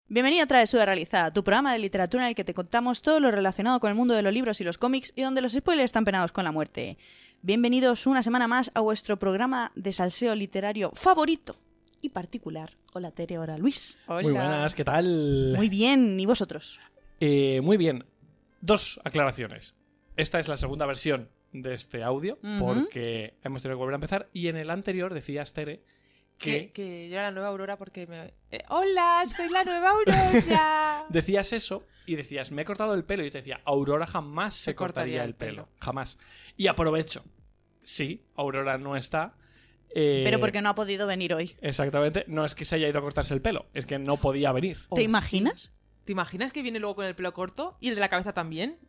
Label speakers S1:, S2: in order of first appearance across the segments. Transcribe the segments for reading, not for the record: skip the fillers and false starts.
S1: Bienvenido a Travesura Realizada, tu programa de literatura en el que te contamos todo lo relacionado con el mundo de los libros y los cómics y donde los spoilers están penados con la muerte. Bienvenidos una semana más a vuestro programa de salseo literario favorito y particular. Hola Tere, hola Luis.
S2: Hola.
S3: Muy buenas, ¿qué tal?
S1: Muy bien, ¿y vosotros?
S3: Muy bien. Dos aclaraciones. Esta es la segunda versión de este audio, porque hemos tenido que volver a empezar. Y en el anterior decías, Tere, que
S2: yo era la nueva Aurora porque me... ¡Hola! ¡Soy la nueva Aurora!
S3: decías eso y decías, me he cortado el pelo. Y yo te decía, Aurora jamás se cortaría el pelo. Jamás. Y aprovecho. Sí, Aurora no está.
S1: Pero porque no ha podido venir hoy.
S3: Exactamente. No es que se haya ido a cortarse el pelo, es que no podía venir.
S1: ¿Te imaginas?
S2: ¿Te imaginas que viene luego con el pelo corto y el de la cabeza también?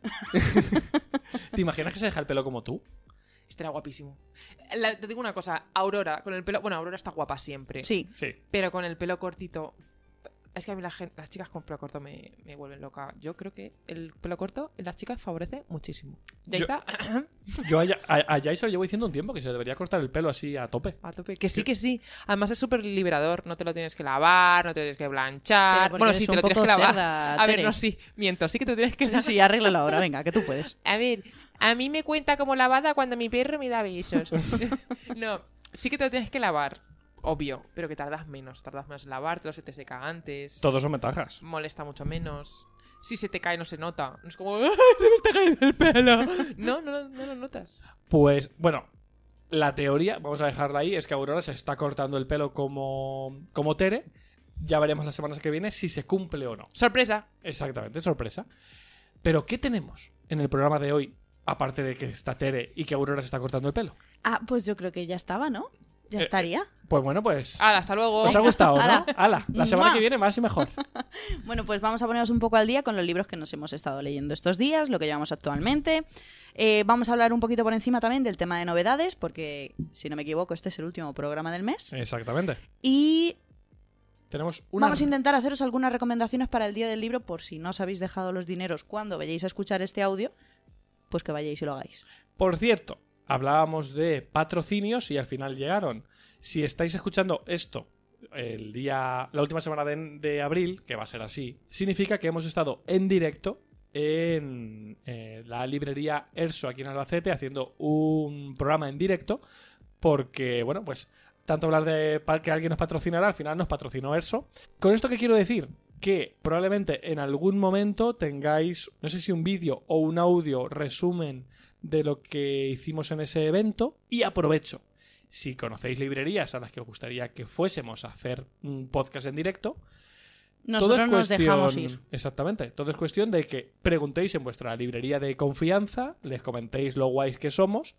S3: ¿Te imaginas que se deja el pelo como tú?
S2: Estaría guapísimo. Te digo una cosa, Aurora, con el pelo... Bueno, Aurora está guapa siempre.
S1: Sí.
S3: Sí.
S2: Pero con el pelo cortito... Es que a mí las chicas con pelo corto me vuelven loca. Yo creo que el pelo corto en las chicas favorece muchísimo. Yaiza,
S3: Yo a Jai se lo llevo diciendo un tiempo que se debería cortar el pelo así a tope.
S2: a tope. Que sí, que sí. Además es súper liberador. No te lo tienes que lavar, no te lo tienes que planchar.
S1: Pero porque
S2: Bueno,
S1: eres
S2: sí, te
S1: un
S2: lo tienes
S1: poco
S2: que lavar.
S1: cerda,
S2: A ver,
S1: Tere.
S2: no, sí. Miento. Sí que te lo tienes que lavar.
S1: Sí, arréglalo ahora, venga, que tú puedes.
S2: A ver, a mí me cuenta como lavada cuando mi perro me da besos. No, sí que te lo tienes que lavar. Obvio, pero que tardas menos en lavártelo, se te seca antes.
S3: Todos son ventajas.
S2: Molesta mucho menos. Si se te cae no se nota. No es como, ¡ay, se me está cayendo el pelo! No lo notas.
S3: Pues, bueno, la teoría, vamos a dejarla ahí, es que Aurora se está cortando el pelo como Tere. Ya veremos la semana que viene si se cumple o no.
S2: ¡Sorpresa!
S3: Exactamente, sorpresa. Pero, ¿qué tenemos en el programa de hoy? Aparte de que está Tere y que Aurora se está cortando el pelo.
S1: Ah, pues yo creo que ya estaba, ¿no? Ya estaría.
S3: Pues bueno, pues...
S2: ¡Hala, hasta luego!
S3: ¿Os ha gustado, no?
S1: Ala.
S3: ¡Hala! La semana
S1: ¡Mua!
S3: que viene más y mejor.
S1: Bueno, pues vamos a ponernos un poco al día con los libros que nos hemos estado leyendo estos días, lo que llevamos actualmente. Vamos a hablar un poquito por encima también del tema de novedades, porque, si no me equivoco, este es el último programa del mes.
S3: Exactamente.
S1: Y
S3: Tenemos una...
S1: vamos a intentar haceros algunas recomendaciones para el día del libro, por si no os habéis dejado los dineros cuando vayáis a escuchar este audio, pues que vayáis y lo hagáis.
S3: Por cierto, hablábamos de patrocinios y al final llegaron. Si estáis escuchando esto la última semana de abril, que va a ser así, significa que hemos estado en directo en la librería Erso aquí en Albacete haciendo un programa en directo porque, bueno, pues tanto hablar de que alguien nos patrocinará, al final nos patrocinó Erso. ¿Con esto qué quiero decir? Que probablemente en algún momento tengáis, no sé si un vídeo o un audio resumen de lo que hicimos en ese evento. Y aprovecho, si conocéis librerías a las que os gustaría que fuésemos a hacer un podcast en directo,
S1: Nosotros nos dejamos ir.
S3: Exactamente, todo es cuestión de que preguntéis en vuestra librería de confianza, les comentéis lo guays que somos,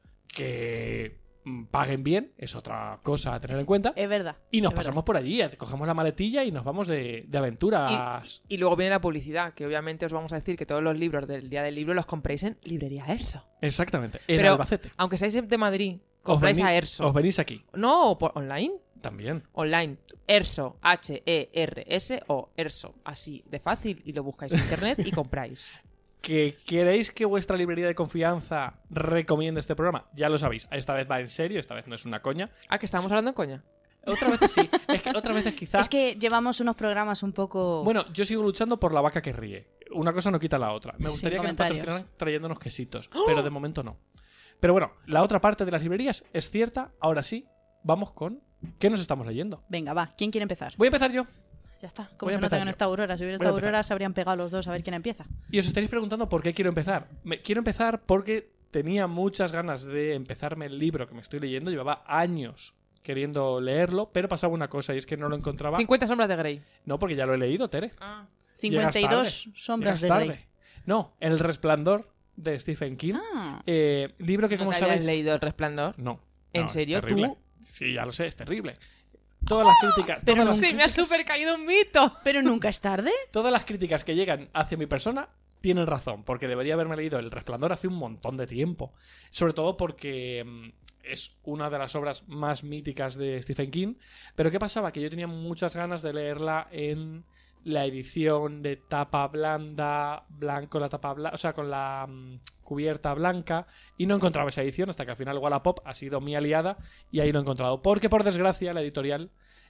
S3: que paguen bien, es otra cosa a tener en cuenta.
S1: Es verdad.
S3: Y nos
S1: es
S3: pasamos por allí, cogemos la maletilla y nos vamos de aventuras.
S2: Y luego viene la publicidad, que obviamente os vamos a decir que todos los libros del día del libro los compréis en Librería Erso.
S3: Exactamente, en
S2: Pero,
S3: Albacete.
S2: aunque seáis de Madrid,
S3: Os
S2: compráis
S3: venís,
S2: a Erso.
S3: os venís aquí,
S2: No, por online.
S3: también.
S2: Online. Erso, H-E-R-S o Erso. Así de fácil. Y lo buscáis en internet y compráis.
S3: ¿Que queréis que vuestra librería de confianza recomiende este programa? Ya lo sabéis, esta vez va en serio, esta vez no es una coña.
S2: Ah, que estábamos hablando en coña.
S3: Otras veces sí, es que otras veces quizá...
S1: Es que llevamos unos programas un poco...
S3: Bueno, yo sigo luchando por la vaca que ríe. Una cosa no quita la otra. Me
S1: Sin
S3: gustaría que nos
S1: comentarios.
S3: patrocinaran trayéndonos quesitos, pero de momento no. Pero bueno, la otra parte de las librerías es cierta. Ahora sí, vamos con... ¿Qué nos estamos leyendo?
S1: Venga, va, ¿quién quiere empezar?
S3: Voy a empezar yo.
S1: Ya está.
S3: Voy
S1: Como
S3: a
S1: se nota
S3: empezar
S1: que no
S3: yo.
S1: está Aurora. Si hubiera
S3: Voy a
S1: estado
S3: empezar.
S1: Aurora, se habrían pegado los dos a ver quién empieza.
S3: Y os estaréis preguntando por qué quiero empezar. Quiero empezar porque tenía muchas ganas de empezarme el libro que me estoy leyendo. Llevaba años queriendo leerlo, pero pasaba una cosa y es que no lo encontraba.
S2: 50 sombras de Grey.
S3: No, porque ya lo he leído, Tere.
S2: Ah.
S1: 52
S3: Llegas
S1: sombras de
S3: Llegas
S1: Grey.
S3: tarde. No, El Resplandor de Stephen King.
S1: Ah,
S3: Libro que,
S2: ¿No
S3: como
S2: te habías
S3: sabéis...
S2: leído El Resplandor?
S3: No.
S2: ¿En
S3: No, es
S2: serio?
S3: terrible.
S2: ¿Tú?
S3: Sí, ya lo sé, es terrible. Todas las críticas...
S1: Pero
S3: todas, las,
S2: ¡Se me ha super caído un mito!
S1: pero nunca es tarde.
S3: todas las críticas que llegan hacia mi persona tienen razón, porque debería haberme leído El Resplandor hace un montón de tiempo. Sobre todo porque es una de las obras más míticas de Stephen King. Pero ¿qué pasaba? Que yo tenía muchas ganas de leerla en la edición de tapa blanda, blanco, la tapa blanca, o sea, con la cubierta blanca, y no encontraba esa edición hasta que al final Wallapop ha sido mi aliada y ahí lo he encontrado. Porque, por desgracia, la editorial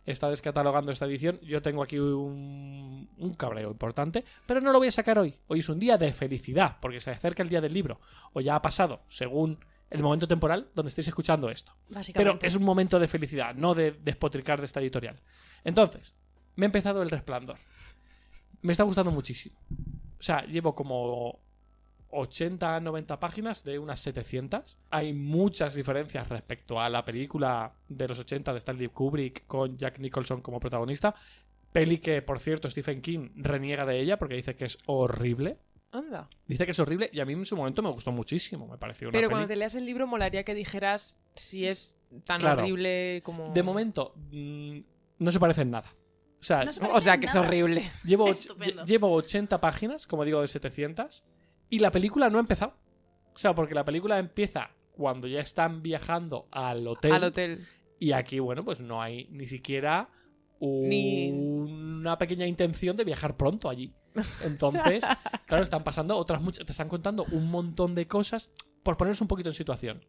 S3: está descatalogando esta edición. Yo tengo aquí un cabreo importante, pero no lo voy a sacar hoy. Hoy es un día de felicidad, porque se acerca el día del libro, o ya ha pasado, según el momento temporal donde estéis escuchando esto. Pero es un momento de felicidad, no de despotricar de esta editorial. Entonces, me he empezado El Resplandor. Me está gustando muchísimo. O sea, llevo como 80, 90 páginas de unas 700. Hay muchas diferencias respecto a la película de los 80 de Stanley Kubrick con Jack Nicholson como protagonista. Peli que, por cierto, Stephen King reniega de ella porque dice que es horrible.
S2: Anda.
S3: Dice que es horrible y a mí en su momento me gustó muchísimo. Me pareció una
S2: Pero
S3: peli...
S2: cuando te leas el libro molaría que dijeras si es tan
S3: Claro.
S2: horrible como...
S3: De momento, no se parece en nada. O sea,
S1: No se parece
S2: O sea,
S1: en
S2: que es
S1: nada.
S2: horrible.
S1: Estupendo.
S3: llevo 80 páginas, como digo, de 700. Y la película no ha empezado. O sea, porque la película empieza cuando ya están viajando al hotel.
S2: Al hotel.
S3: Y aquí, bueno, pues no hay ni siquiera una pequeña intención de viajar pronto allí. Entonces, claro, están pasando otras muchas. Te están contando un montón de cosas. Por poneros un poquito en situación.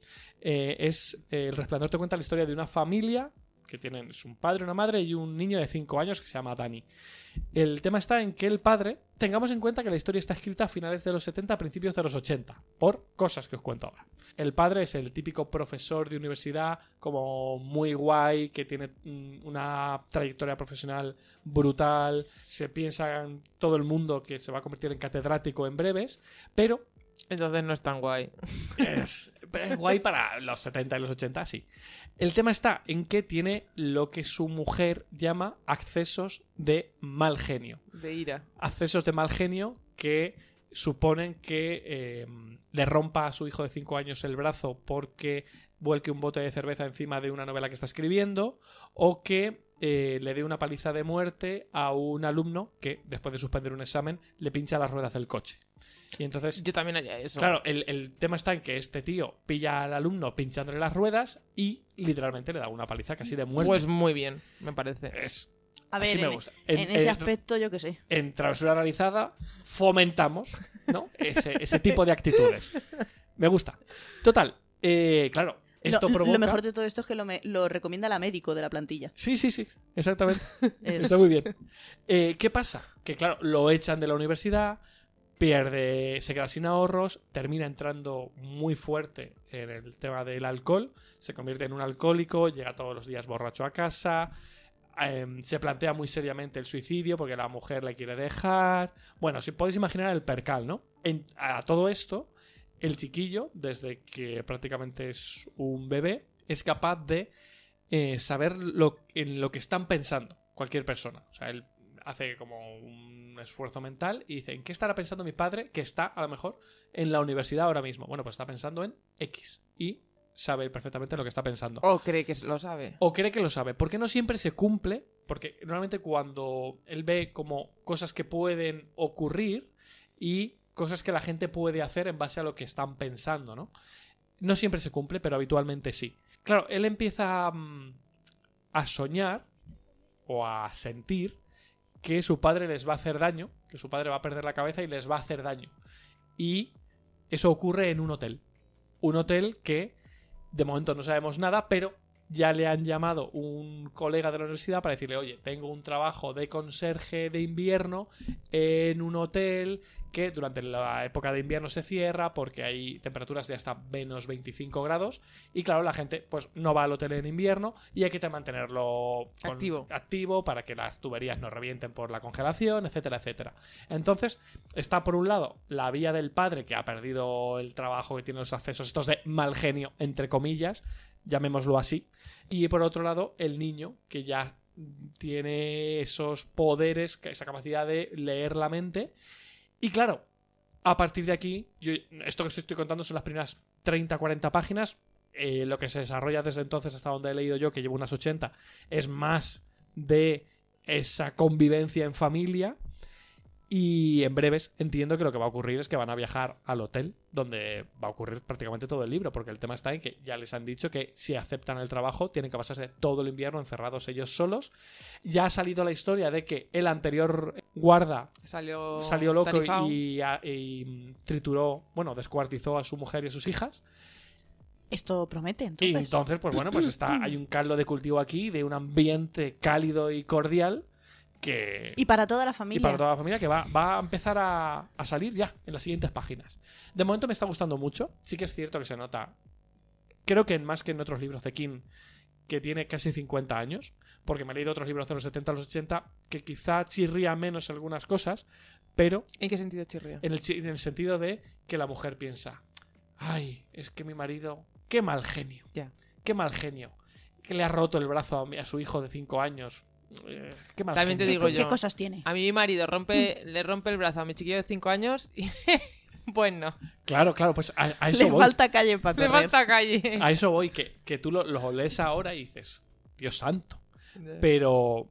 S3: El Resplandor te cuenta la historia de una familia que tienen un padre, una madre y un niño de 5 años que se llama Danny. El tema está en que el padre, tengamos en cuenta que la historia está escrita a finales de los 70, a principios de los 80, por cosas que os cuento ahora. El padre es el típico profesor de universidad, como muy guay, que tiene una trayectoria profesional brutal, se piensa en todo el mundo que se va a convertir en catedrático en breves, pero
S2: Entonces no es tan guay.
S3: es guay para los 70 y los 80, sí. El tema está en que tiene lo que su mujer llama accesos de mal genio.
S2: De ira.
S3: Accesos de mal genio que suponen que le rompa a su hijo de 5 años el brazo porque vuelque un bote de cerveza encima de una novela que está escribiendo, o que le dé una paliza de muerte a un alumno que, después de suspender un examen, le pincha las ruedas del coche. Y entonces,
S2: Yo también haría eso.
S3: claro, el tema está en que este tío pilla al alumno pinchándole las ruedas y literalmente le da una paliza casi de muerte.
S2: Pues muy bien, me parece.
S1: A
S3: así
S1: ver,
S3: me gusta.
S1: en ese aspecto yo que sé.
S3: En Travesura Realizada fomentamos, ¿no? ese tipo de actitudes. Me gusta. Total, claro, esto provoca...
S1: Lo mejor de todo esto es que lo recomienda la médico de la plantilla.
S3: Sí, exactamente.
S1: Es-
S3: Está muy bien. ¿Qué pasa? Que claro, lo echan de la universidad, se queda sin ahorros, termina entrando muy fuerte en el tema del alcohol, se convierte en un alcohólico, llega todos los días borracho a casa, se plantea muy seriamente el suicidio porque la mujer le quiere dejar. Bueno, si podéis imaginar el percal, ¿no? A todo esto, el chiquillo, desde que prácticamente es un bebé, es capaz de saber en lo que están pensando cualquier persona. O sea, él hace como un esfuerzo mental y dice, ¿en qué estará pensando mi padre que está a lo mejor en la universidad ahora mismo? Bueno, pues está pensando en X y sabe perfectamente lo que está pensando.
S2: O cree que lo sabe.
S3: O cree que lo sabe. Porque no siempre se cumple. Porque normalmente cuando él ve como cosas que pueden ocurrir y cosas que la gente puede hacer en base a lo que están pensando, ¿no? No siempre se cumple, pero habitualmente sí. Claro, él empieza a soñar o a sentir que su padre les va a hacer daño, que su padre va a perder la cabeza y les va a hacer daño. Y eso ocurre en un hotel. Un hotel que de momento no sabemos nada, pero ya le han llamado un colega de la universidad para decirle, oye, tengo un trabajo de conserje de invierno en un hotel que durante la época de invierno se cierra porque hay temperaturas de hasta menos 25 grados y claro, la gente pues no va al hotel en invierno y hay que mantenerlo activo para que las tuberías no revienten por la congelación, etcétera, etcétera. Entonces está por un lado la vía del padre que ha perdido el trabajo, que tiene los accesos estos de mal genio, entre comillas, llamémoslo así, y por otro lado el niño que ya tiene esos poderes, esa capacidad de leer la mente. Y claro, a partir de aquí, esto que os estoy contando son las primeras 30-40 páginas. Lo que se desarrolla desde entonces hasta donde he leído yo, que llevo unas 80, es más de esa convivencia en familia. Y en breves entiendo que lo que va a ocurrir es que van a viajar al hotel donde va a ocurrir prácticamente todo el libro, porque el tema está en que ya les han dicho que si aceptan el trabajo tienen que pasarse todo el invierno encerrados ellos solos. Ya ha salido la historia de que el anterior guarda salió loco y trituró, bueno, descuartizó a su mujer y a sus hijas.
S1: Esto promete,
S3: Y
S1: entonces.
S3: entonces, pues bueno, pues hay un caldo de cultivo aquí de un ambiente cálido y cordial que...
S1: Y para toda la familia.
S3: Y para toda la familia que va a empezar a salir ya en las siguientes páginas. De momento me está gustando mucho. Sí que es cierto que se nota. Creo que más que en otros libros de King, que tiene casi 50 años, porque me he leído otros libros de los 70 a los 80 que quizá chirría menos algunas cosas, pero
S2: ¿En qué sentido chirría?
S3: en el sentido de que la mujer piensa: ay, es que mi marido, qué mal genio,
S2: Ya.
S3: qué mal genio, que le ha roto el brazo a su hijo de 5 años. Qué mal
S2: También te
S3: genio.
S2: digo
S1: ¿Qué
S2: yo.
S1: cosas tiene?
S2: A mí mi marido le rompe el brazo a mi chiquillo de 5 años y... bueno,
S3: Claro, pues a eso
S1: Le
S3: voy.
S1: falta calle para
S2: le
S1: correr.
S2: falta calle.
S3: A eso voy, que tú lo lees ahora y dices: Dios santo. Pero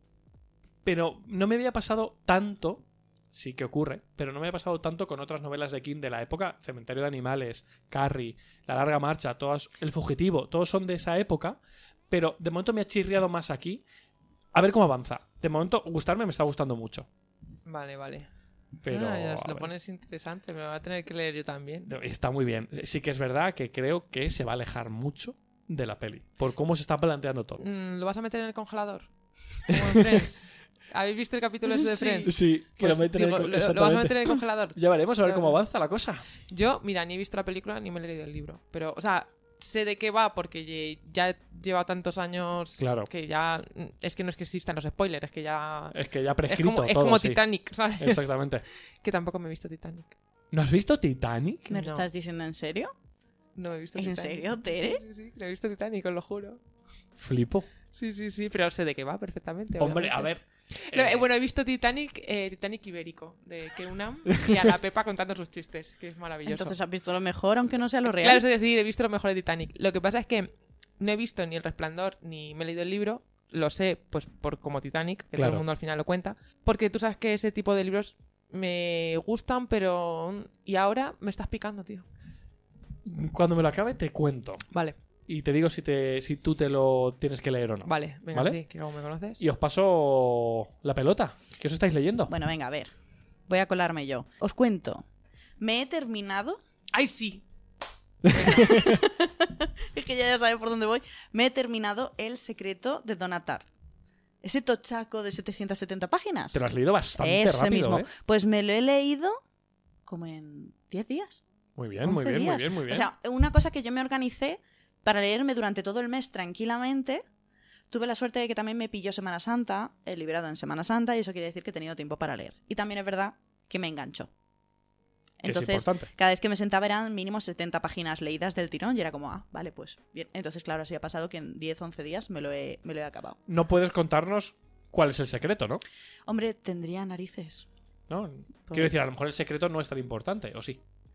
S3: no me había pasado tanto, sí que ocurre, pero no me había pasado tanto con otras novelas de King de la época. Cementerio de Animales, Carrie, La Larga Marcha, todas, El Fugitivo, todos son de esa época, pero de momento me ha chirriado más aquí. A ver cómo avanza. De momento, gustarme me está gustando mucho.
S2: Vale.
S3: Pero
S2: Ya
S3: a
S2: os lo
S3: ver,
S2: pones interesante, me lo voy a tener que leer yo también.
S3: está muy bien. Sí que es verdad que creo que se va a alejar mucho de la peli, por cómo se está planteando todo.
S2: ¿Lo vas a meter en el congelador? Como en Friends. ¿Habéis visto el capítulo ese de
S1: Sí.
S2: Friends?
S3: Sí, que
S2: Pues,
S3: lo meten en
S2: digo,
S3: el-
S2: lo vas a
S3: exactamente.
S2: meter en el congelador.
S3: Ya veremos a ver
S2: Ya
S3: cómo
S2: veremos.
S3: avanza la cosa.
S2: Yo, mira, ni he visto la película ni me he leído el libro. Pero, o sea, sé de qué va porque ya lleva tantos años
S3: Claro.
S2: que ya... Es que no es que existan los spoilers, es que ya...
S3: Es que ya
S2: Es
S3: prescrito
S2: como, es
S3: todo,
S2: como
S3: sí.
S2: Titanic, ¿sabes?
S3: Exactamente.
S2: Que tampoco me he visto Titanic.
S3: ¿No has visto Titanic?
S1: ¿Me lo
S2: No.
S1: estás diciendo en serio?
S2: No me he visto
S1: ¿En
S2: Titanic.
S1: serio, Tere?
S2: Sí, no he visto Titanic, os lo juro.
S3: Flipo.
S2: Sí, pero sé de qué va perfectamente.
S3: Hombre,
S2: obviamente.
S3: a ver.
S2: No,
S3: eh,
S2: bueno, he visto Titanic ibérico, de Keunam, y a la Pepa contando sus chistes, que es maravilloso.
S1: Entonces has visto lo mejor, aunque no sea lo real.
S2: Claro, es decir, he visto lo mejor de Titanic. Lo que pasa es que no he visto ni El Resplandor, ni me he leído el libro. Lo sé, pues, por como Titanic, que
S3: Claro.
S2: todo el mundo al final lo cuenta. Porque tú sabes que ese tipo de libros me gustan, pero... Y ahora me estás picando, tío.
S3: Cuando me lo acabe te cuento.
S2: Vale,
S3: Y te digo si tú te lo tienes que leer o no.
S2: vale, venga,
S3: ¿Vale?
S2: sí, que como me conoces.
S3: Y os paso la pelota. ¿Qué os estáis leyendo?
S1: Bueno, venga, a ver. Voy a colarme yo. Os cuento. Me he terminado...
S2: ¡Ay, sí!
S1: Es que ya sabes por dónde voy. Me he terminado El secreto de Donna Tartt. Ese tochaco de 770 páginas.
S3: Te lo has leído bastante
S1: Ese
S3: rápido,
S1: mismo.
S3: ¿eh?
S1: Pues me lo he leído como en 10 días.
S3: Muy bien, muy
S1: 11
S3: bien, muy
S1: días.
S3: bien, muy bien.
S1: O sea, una cosa que yo me organicé para leerme durante todo el mes tranquilamente. Tuve la suerte de que también me pilló Semana Santa, he liberado en Semana Santa, y eso quiere decir que he tenido tiempo para leer. Y también es verdad que me enganchó.
S3: Que es
S1: Entonces,
S3: importante.
S1: cada vez que me sentaba eran mínimo 70 páginas leídas del tirón y era como, ah, vale, pues bien. Entonces, claro, así ha pasado que en 10, 11 días me lo he acabado.
S3: No puedes contarnos cuál es el secreto, ¿no?
S1: Hombre, tendría narices.
S3: ¿No? Quiero decir, a lo mejor el secreto no es tan importante, ¿o sí?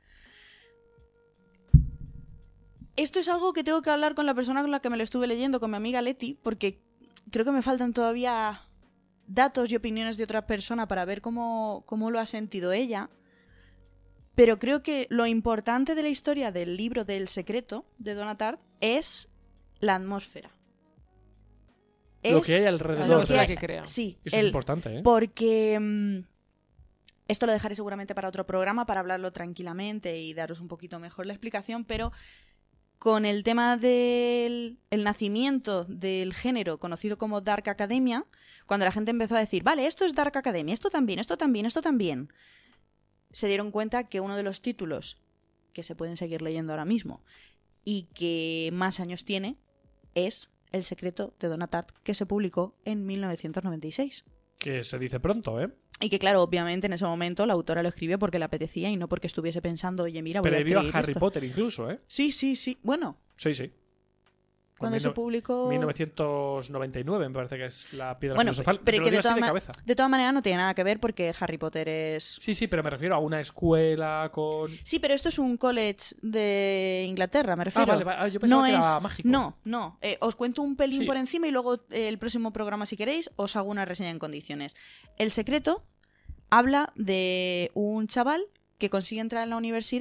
S1: Esto es algo que tengo que hablar con la persona con la que me lo estuve leyendo, con mi amiga Leti, porque creo que me faltan todavía datos y opiniones de otra persona para ver cómo lo ha sentido ella. Pero creo que lo importante de la historia del libro del secreto de Donna Tartt es la atmósfera.
S3: Lo
S1: Es
S3: que hay
S2: La
S3: alrededor
S2: atmósfera
S3: de
S2: que
S3: eso.
S2: crea.
S1: Sí,
S3: Eso es importante, ¿eh?
S1: porque esto lo dejaré seguramente para otro programa, para hablarlo tranquilamente y daros un poquito mejor la explicación, pero con el tema del el nacimiento del género conocido como Dark Academia, cuando la gente empezó a decir, vale, esto es Dark Academia, esto también, esto también, esto también, se dieron cuenta que uno de los títulos que se pueden seguir leyendo ahora mismo y que más años tiene es El secreto de Donna Tartt, que se publicó en 1996.
S3: Que se dice pronto, ¿eh?
S1: Y que, claro, obviamente en ese momento la autora lo escribió porque le apetecía y no porque estuviese pensando, oye, mira, voy a
S3: Previo a
S1: escribir
S3: Harry
S1: esto.
S3: Potter incluso, ¿eh?
S1: Sí, sí, sí. Bueno,
S3: Sí, sí.
S1: cuando se publicó...
S3: 1999 me parece que es la piedra
S1: Bueno,
S3: filosofal.
S1: pero
S3: Te lo
S1: que
S3: digo
S1: de
S3: así
S1: todas
S3: cabeza.
S1: de todas maneras no tiene nada que ver porque Harry Potter es...
S3: Sí, sí, pero me refiero a una escuela con...
S1: Sí, pero esto es un college de Inglaterra, me refiero.
S3: vale, vale. Yo pensaba
S1: no
S3: que
S1: es...
S3: era mágico.
S1: No. Os cuento un pelín
S3: Sí.
S1: por encima y luego el próximo programa, si queréis, os hago una reseña en condiciones. El secreto habla de un chaval que consigue entrar en la universidad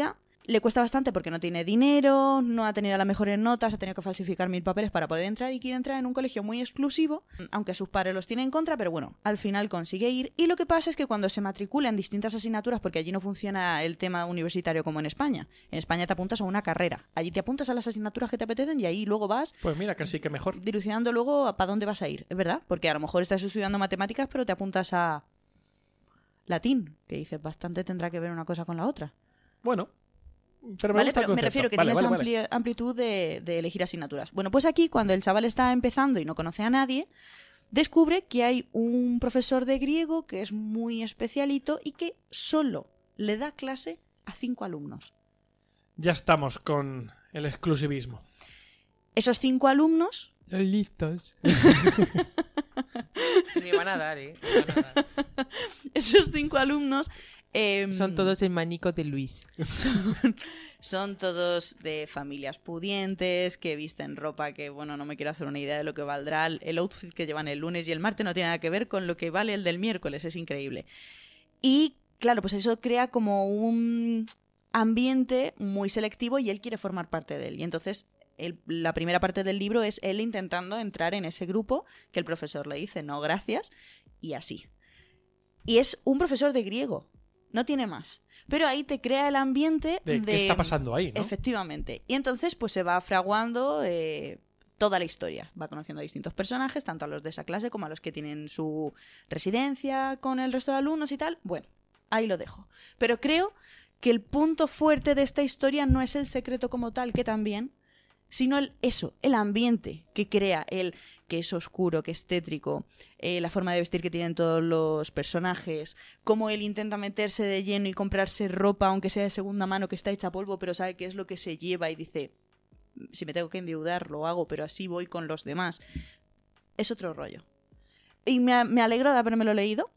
S1: le cuesta bastante porque no tiene dinero, no ha tenido las mejores notas, ha tenido que falsificar 1000 papeles para poder entrar y quiere entrar en un colegio muy exclusivo, aunque sus padres los tienen en contra, pero bueno, al final consigue ir. Y lo que pasa es que cuando se matricula en distintas asignaturas, porque allí no funciona el tema universitario como en España te apuntas a una carrera, allí te apuntas a las asignaturas que te apetecen y ahí luego vas
S3: Pues mira, casi que mejor.
S1: dilucidando luego para dónde vas a ir, es verdad, porque a lo mejor estás estudiando matemáticas pero te apuntas a latín, que dices, bastante tendrá que ver una cosa con la otra.
S3: Bueno, pero me
S1: Vale,
S3: gusta el
S1: pero me
S3: concepto.
S1: refiero que
S3: Vale,
S1: tienes
S3: vale.
S1: amplitud de elegir asignaturas. Bueno, pues aquí, cuando el chaval está empezando y no conoce a nadie, descubre que hay un profesor de griego que es muy especialito y que solo le da clase a 5 alumnos.
S3: Ya estamos con el exclusivismo.
S1: Esos 5 alumnos...
S4: Listos.
S2: Me van a dar, ¿eh? Me van a dar.
S1: Esos 5 alumnos...
S2: Son todos el manico de Luis.
S1: Son todos de familias pudientes, que visten ropa que, bueno, no me quiero hacer una idea de lo que valdrá. El outfit que llevan el lunes y el martes no tiene nada que ver con lo que vale el del miércoles, es increíble. Y, claro, pues eso crea como un ambiente muy selectivo y él quiere formar parte de él. Y entonces la primera parte del libro es él intentando entrar en ese grupo que el profesor le dice no gracias y así. Y es un profesor de griego. No tiene más. Pero ahí te crea el ambiente
S3: ¿De
S1: de...
S3: qué está pasando ahí, no?
S1: Efectivamente. Y entonces pues se va fraguando toda la historia. Va conociendo a distintos personajes, tanto a los de esa clase como a los que tienen su residencia con el resto de alumnos y tal. Bueno, ahí lo dejo. Pero creo que el punto fuerte de esta historia no es el secreto como tal, que también, sino el ambiente que crea, que es oscuro, que es tétrico, la forma de vestir que tienen todos los personajes, cómo él intenta meterse de lleno y comprarse ropa, aunque sea de segunda mano, que está hecha polvo, pero sabe qué es lo que se lleva y dice, si me tengo que endeudar, lo hago, pero así voy con los demás. Es otro rollo. Y me alegro de habérmelo leído.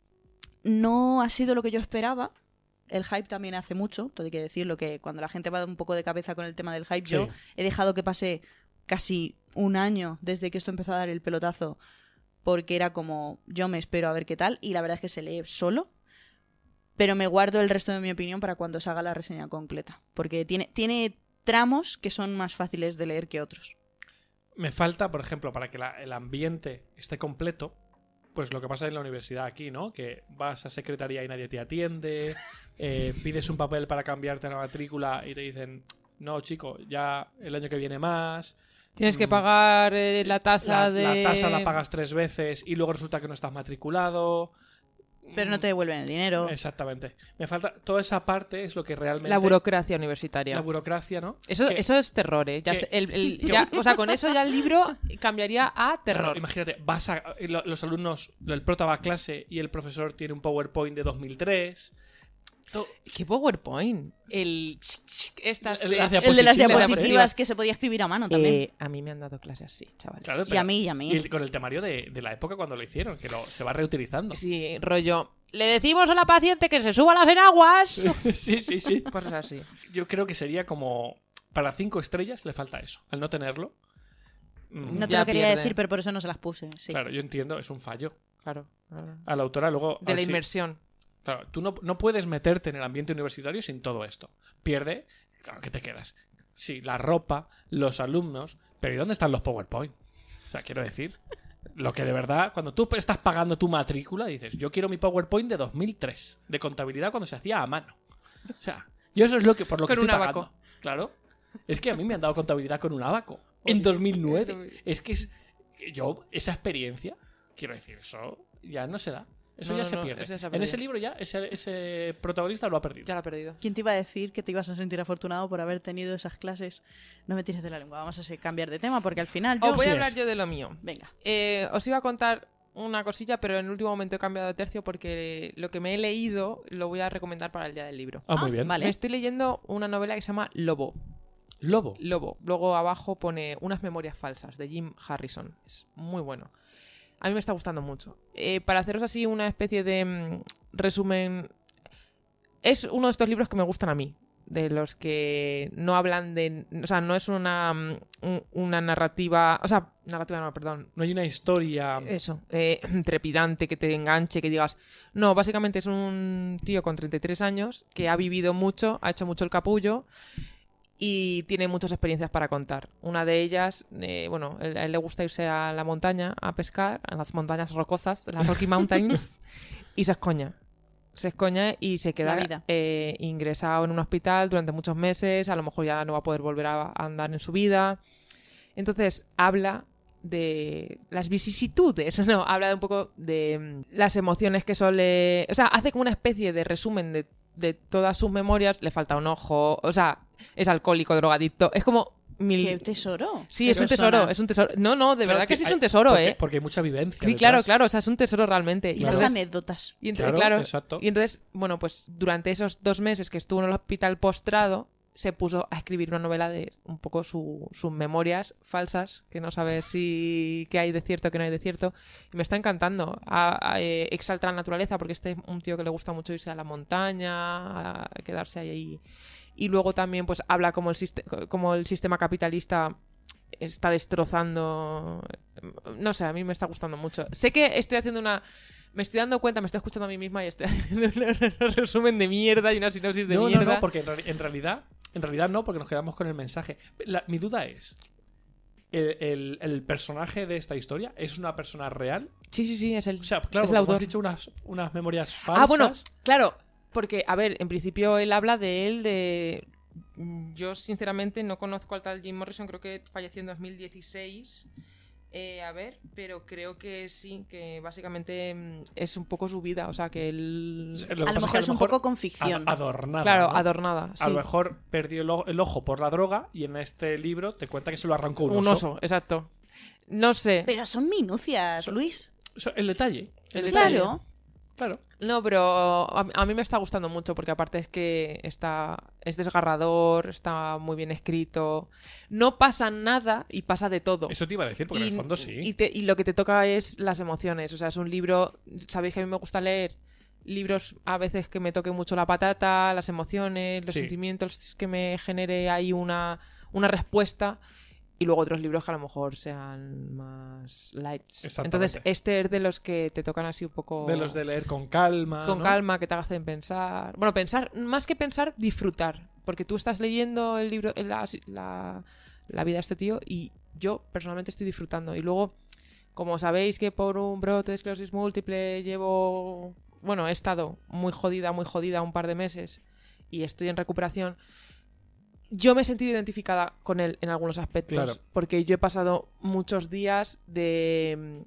S1: No ha sido lo que yo esperaba. El hype también hace mucho, todo hay que decirlo, que cuando la gente va un poco de cabeza con el tema del hype,
S3: Sí.
S1: yo he dejado que pase casi un año desde que esto empezó a dar el pelotazo, porque era como, yo me espero a ver qué tal, y la verdad es que se lee solo, pero me guardo el resto de mi opinión para cuando se haga la reseña completa, porque tiene tramos que son más fáciles de leer que otros.
S3: Me falta, por ejemplo, para que el ambiente esté completo, pues lo que pasa en la universidad aquí, ¿no? Que vas a secretaría y nadie te atiende, pides un papel para cambiarte la matrícula y te dicen, no, chico, ya el año que viene más.
S2: Tienes que pagar la tasa de...
S3: La tasa la pagas 3 veces y luego resulta que no estás matrculado.
S1: Pero no te devuelven el dinero.
S3: Exactamente. Me falta... Toda esa parte es lo que realmente...
S2: La burocracia universitaria.
S3: La burocracia, ¿no?
S2: Eso es terror, ¿eh? Ya, o sea, con eso ya el libro cambiaría a terror.
S3: Claro, imagínate, los alumnos, el prota va a clase y el profesor tiene un PowerPoint de 2003.
S2: ¿Qué PowerPoint? Estas
S3: El de las
S1: El de las
S3: diapositivas,
S1: diapositivas que se podía escribir a mano también.
S2: a mí me han dado clases así, chavales.
S3: Claro,
S1: Y a mí, y a mí.
S3: Y con el temario de la época cuando lo hicieron, que se va reutilizando.
S2: Sí, rollo. Le decimos a la paciente que se suba a las enaguas.
S3: Sí.
S2: Cosas así.
S3: Yo creo que sería como... Para 5 estrellas le falta eso. Al no tenerlo...
S1: No te
S2: Ya
S1: lo quería
S2: pierde.
S1: decir, pero por eso no se las puse. Sí.
S3: Claro, yo entiendo, es un fallo.
S2: Claro.
S3: A la autora luego...
S2: De la
S3: así-
S2: inmersión.
S3: Claro, tú no puedes meterte en el ambiente universitario sin todo esto. Pierde... Claro, ¿qué te quedas? Sí, la ropa, los alumnos... Pero ¿y dónde están los PowerPoint? O sea, quiero decir... Lo que de verdad, cuando tú estás pagando tu matrícula, dices, yo quiero mi PowerPoint de 2003, de contabilidad cuando se hacía a mano. O sea, yo eso es por lo que
S2: Con
S3: estoy
S2: un
S3: pagando.
S2: abaco.
S3: Claro. Es que a mí me han dado contabilidad con un abaco. En 2009. Es que yo, esa experiencia, quiero decir, eso ya no se da. Eso
S2: No,
S3: ya
S2: no,
S3: se
S2: no,
S3: pierde.
S2: eso ya se ha
S3: En
S2: perdido.
S3: ese libro ya, ese protagonista lo ha perdido.
S2: Ya lo he perdido.
S1: ¿Quién te iba a decir que te ibas a sentir afortunado por haber tenido esas clases? No me tires de la lengua, vamos a cambiar de tema porque al final yo...
S2: Os voy
S3: Sí
S2: a hablar
S3: es.
S2: yo de lo mío.
S1: Venga.
S2: Os iba a contar una cosilla, pero en el último momento he cambiado de tercio porque lo que me he leído lo voy a recomendar para el día del libro.
S3: Ah, muy bien.
S1: vale.
S2: Me estoy leyendo una novela que se llama Lobo.
S3: Lobo.
S2: Luego abajo pone Unas memorias falsas, de Jim Harrison. Es muy bueno. A mí me está gustando mucho. Para haceros así una especie de resumen... Es uno de estos libros que me gustan a mí. de los que no hablan de... O sea, no es una narrativa... O sea, narrativa no, perdón.
S3: No hay una historia...
S2: Eso, trepidante, que te enganche, que digas... No, básicamente es un tío con 33 años que ha vivido mucho, ha hecho mucho el capullo y tiene muchas experiencias para contar. Una de ellas, bueno, a él le gusta irse a la montaña a pescar, a las montañas rocosas, las Rocky Mountains, y se escoña. Se escoña y se queda ingresado en un hospital durante muchos meses, a lo mejor ya no va a poder volver a andar en su vida. Entonces habla de las vicisitudes, no, habla de un poco de las emociones que suele... O sea, hace como una especie de resumen de todas sus memorias. Le falta un ojo, o sea, es alcohólico, drogadicto, es como...
S1: ¿Qué tesoro?
S2: Sí, es un tesoro, es un tesoro. No, de verdad que sí es un tesoro,
S3: porque hay mucha vivencia.
S2: Sí,
S3: detrás.
S2: claro, o sea, es un tesoro realmente.
S1: Y las anécdotas.
S2: Y
S3: claro, exacto.
S2: Y entonces, bueno, pues durante esos 2 meses que estuvo en el hospital postrado, se puso a escribir una novela de un poco sus memorias falsas, que no sabes qué hay de cierto, qué no hay de cierto. Y me está encantando. Exalta la naturaleza, porque este es un tío que le gusta mucho irse a la montaña, a quedarse ahí. Y luego también pues habla como el sistema capitalista está destrozando... No sé, a mí me está gustando mucho. Sé que estoy haciendo me estoy dando cuenta, me estoy escuchando a mí misma y estoy haciendo un resumen de mierda y una sinopsis de mierda.
S3: No, porque en realidad no, porque nos quedamos con el mensaje. Mi duda es, ¿el personaje de esta historia es una persona real?
S2: Sí, es el,
S3: o sea, claro,
S2: es el autor.
S3: has dicho unas memorias falsas.
S2: Ah, bueno, claro, porque, a ver, en principio él habla de él, yo sinceramente no conozco al tal Jim Morrison, creo que falleció en 2016... pero creo que sí, que básicamente es un poco su vida, o sea, que él...
S1: A lo mejor es un poco con ficción.
S3: Adornada.
S2: Claro,
S3: ¿no?
S2: Adornada, sí.
S3: A lo mejor perdió el ojo por la droga y en este libro te cuenta que se lo arrancó un oso.
S2: Un oso, exacto. No sé.
S1: Pero son minucias, Luis.
S3: El detalle.
S1: Claro.
S2: No, pero a mí me está gustando mucho porque aparte es que es desgarrador, está muy bien escrito, no pasa nada y pasa de todo.
S3: Eso te iba a decir, porque en el fondo sí.
S2: Y lo que te toca es las emociones, o sea, es un libro, sabéis que a mí me gusta leer libros a veces que me toque mucho la patata, las emociones, los sentimientos, que me genere ahí una respuesta. Y luego otros libros que a lo mejor sean más light. Entonces, este es de los que te tocan así un poco...
S3: De los de leer con calma.
S2: Con
S3: ¿no?
S2: calma, que te hacen pensar... Bueno, pensar, más que pensar, disfrutar. Porque tú estás leyendo el libro, la vida de este tío, y yo personalmente estoy disfrutando. Y luego, como sabéis que por un brote de esclerosis múltiple he estado muy jodida un par de meses y estoy en recuperación... Yo me he sentido identificada con él en algunos aspectos, claro. Porque yo he pasado muchos días de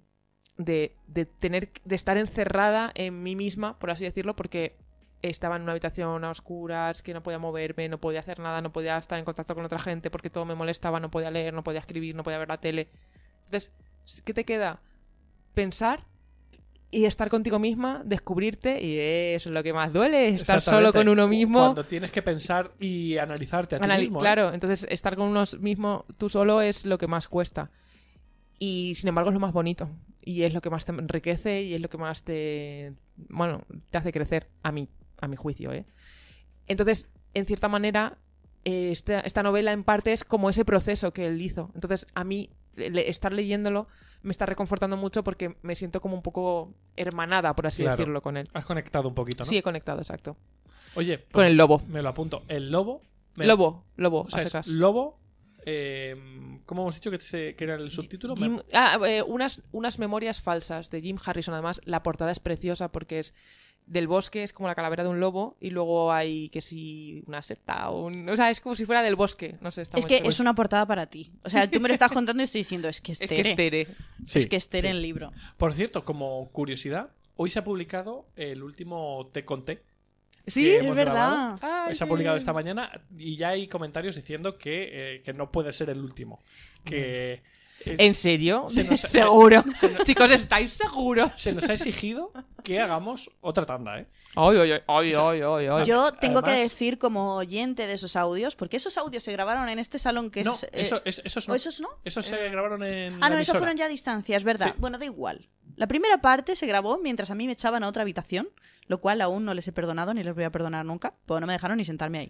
S2: estar encerrada en mí misma, por así decirlo, porque estaba en una habitación a oscuras, que no podía moverme, no podía hacer nada, no podía estar en contacto con otra gente porque todo me molestaba, no podía leer, no podía escribir, no podía ver la tele. Entonces, ¿qué te queda? Pensar y estar contigo misma, descubrirte, y eso es lo que más duele, estar solo con uno mismo.
S3: Cuando tienes que pensar y analizarte a ti mismo.
S2: Claro, entonces estar con uno mismo tú solo es lo que más cuesta. Y sin embargo es lo más bonito. Y es lo que más te enriquece y es lo que más te hace crecer, a mi juicio, ¿eh? Entonces, en cierta manera, esta novela en parte es como ese proceso que él hizo. Entonces, a mí, estar leyéndolo me está reconfortando mucho porque me siento como un poco hermanada, por así decirlo, con él.
S3: Has conectado un poquito, ¿no?
S2: Sí, he conectado, exacto.
S3: Oye, pues,
S2: con el lobo.
S3: Me lo apunto. El lobo.
S2: Lobo.
S3: O sea, es lobo. ¿Cómo hemos dicho que era el subtítulo?
S2: Unas memorias falsas de Jim Harrison. Además, la portada es preciosa porque es del bosque, es como la calavera de un lobo, y luego hay que si una secta o sea, es como si fuera del bosque. No sé, está
S1: es
S2: muy
S1: que
S2: chulo.
S1: Es una portada para ti. O sea, tú me lo estás contando y estoy diciendo, es que es Tere.
S3: Sí,
S1: es que es Tere el libro.
S3: Por cierto, como curiosidad, hoy se ha publicado el último Te Conté.
S1: Sí, es verdad.
S3: Se ha publicado esta mañana y ya hay comentarios diciendo que no puede ser el último. Que
S2: ¿En serio?
S1: Seguro.
S2: Chicos, ¿estáis seguros?
S3: Se nos ha exigido que hagamos otra tanda, ¿eh?
S2: Ay.
S1: Yo tengo que decir, como oyente de esos audios, porque esos audios se grabaron en este salón que
S3: no,
S1: es...
S3: esos no.
S1: ¿O esos no?
S3: Esos se grabaron en
S1: no,
S3: emisora.
S1: esos fueron ya a distancia, es verdad. Sí. Bueno, da igual. La primera parte se grabó mientras a mí me echaban a otra habitación, lo cual aún no les he perdonado ni les voy a perdonar nunca, pues no me dejaron ni sentarme ahí.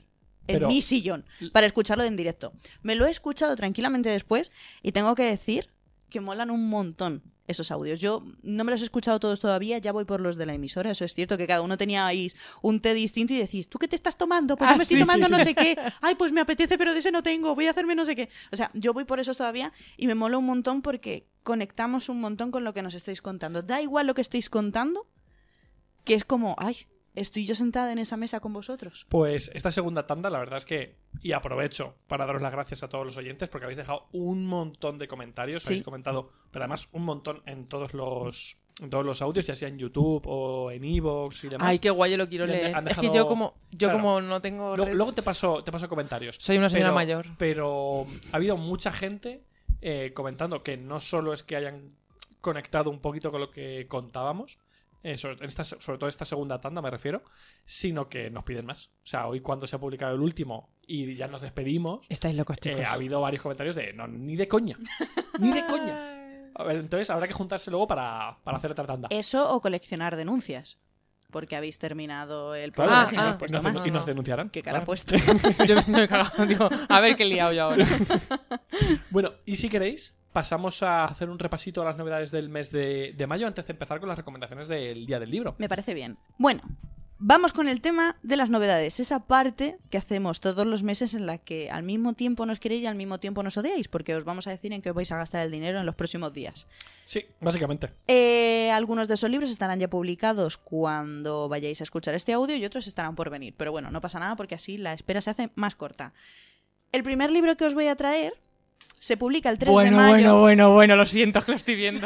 S1: en mi sillón, para escucharlo en directo. Me lo he escuchado tranquilamente después y tengo que decir que molan un montón esos audios. Yo no me los he escuchado todos todavía, ya voy por los de la emisora. Eso es cierto, que cada uno tenía ahí un té distinto y decís, ¿tú qué te estás tomando? Pues yo me estoy tomando no sé qué. Ay, pues me apetece, pero de ese no tengo. Voy a hacerme no sé qué. O sea, yo voy por esos todavía y me mola un montón porque conectamos un montón con lo que nos estáis contando. Da igual lo que estéis contando, que es como, ay, estoy yo sentada en esa mesa con vosotros.
S3: Pues esta segunda tanda, la verdad es que, y aprovecho para daros las gracias a todos los oyentes porque habéis dejado un montón de comentarios, habéis comentado, pero además un montón en todos los audios, ya sea en YouTube o en iVoox y demás.
S2: Ay, qué guay, yo lo quiero leer. Es que yo como no tengo...
S3: Luego te paso comentarios.
S2: Soy una señora mayor.
S3: Pero ha habido mucha gente comentando que no solo es que hayan conectado un poquito con lo que contábamos, sobre todo esta segunda tanda me refiero, sino que nos piden más. O sea, hoy cuando se ha publicado el último y ya nos despedimos,
S2: estáis locos, chicos.
S3: Ha habido varios comentarios de no, ni de coña, ni de coña. A ver, entonces habrá que juntarse luego para hacer otra tanda.
S1: Eso o coleccionar denuncias. Porque habéis terminado el
S3: programa
S1: y no habéis puesto más.
S3: Y nos denunciarán.
S1: ¿Qué cara ha puesto?
S2: Yo me he cagado, digo, a ver qué he liado yo ahora.
S3: Bueno, y si queréis, pasamos a hacer un repasito a las novedades del mes de mayo antes de empezar con las recomendaciones del Día del Libro.
S1: Me parece bien. Bueno, vamos con el tema de las novedades. Esa parte que hacemos todos los meses en la que al mismo tiempo nos queréis y al mismo tiempo nos odiáis, porque os vamos a decir en qué os vais a gastar el dinero en los próximos días.
S3: Sí, básicamente.
S1: Algunos de esos libros estarán ya publicados cuando vayáis a escuchar este audio y otros estarán por venir. Pero bueno, no pasa nada porque así la espera se hace más corta. El primer libro que os voy a traer se publica el 3 de mayo.
S2: Bueno, lo siento, que lo estoy viendo.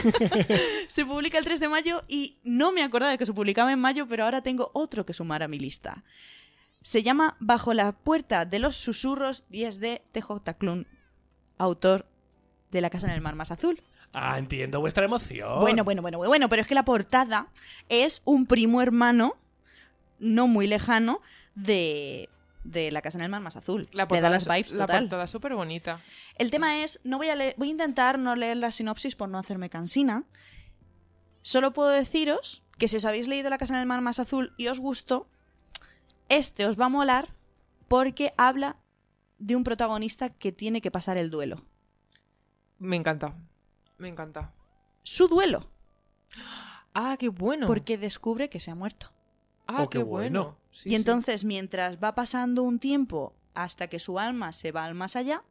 S1: Se publica el 3 de mayo y no me acordaba de que se publicaba en mayo, pero ahora tengo otro que sumar a mi lista. Se llama Bajo la puerta de los susurros y es de T.J. Klune, autor de La casa en el mar más azul.
S3: Ah, entiendo vuestra emoción.
S1: Bueno, pero es que la portada es un primo hermano no muy lejano de La casa en el mar más azul.
S2: Le da
S1: las vibes total.
S2: La portada es súper bonita.
S1: El tema es, voy a intentar no leer la sinopsis por no hacerme cansina. Solo puedo deciros que si os habéis leído La casa en el mar más azul y os gustó, este os va a molar porque habla de un protagonista que tiene que pasar el duelo.
S2: Me encanta.
S1: Su duelo.
S2: Ah, qué bueno.
S1: Porque descubre que se ha muerto.
S2: Ah, qué bueno. Sí,
S1: y entonces, mientras va pasando un tiempo hasta que su alma se va al más allá,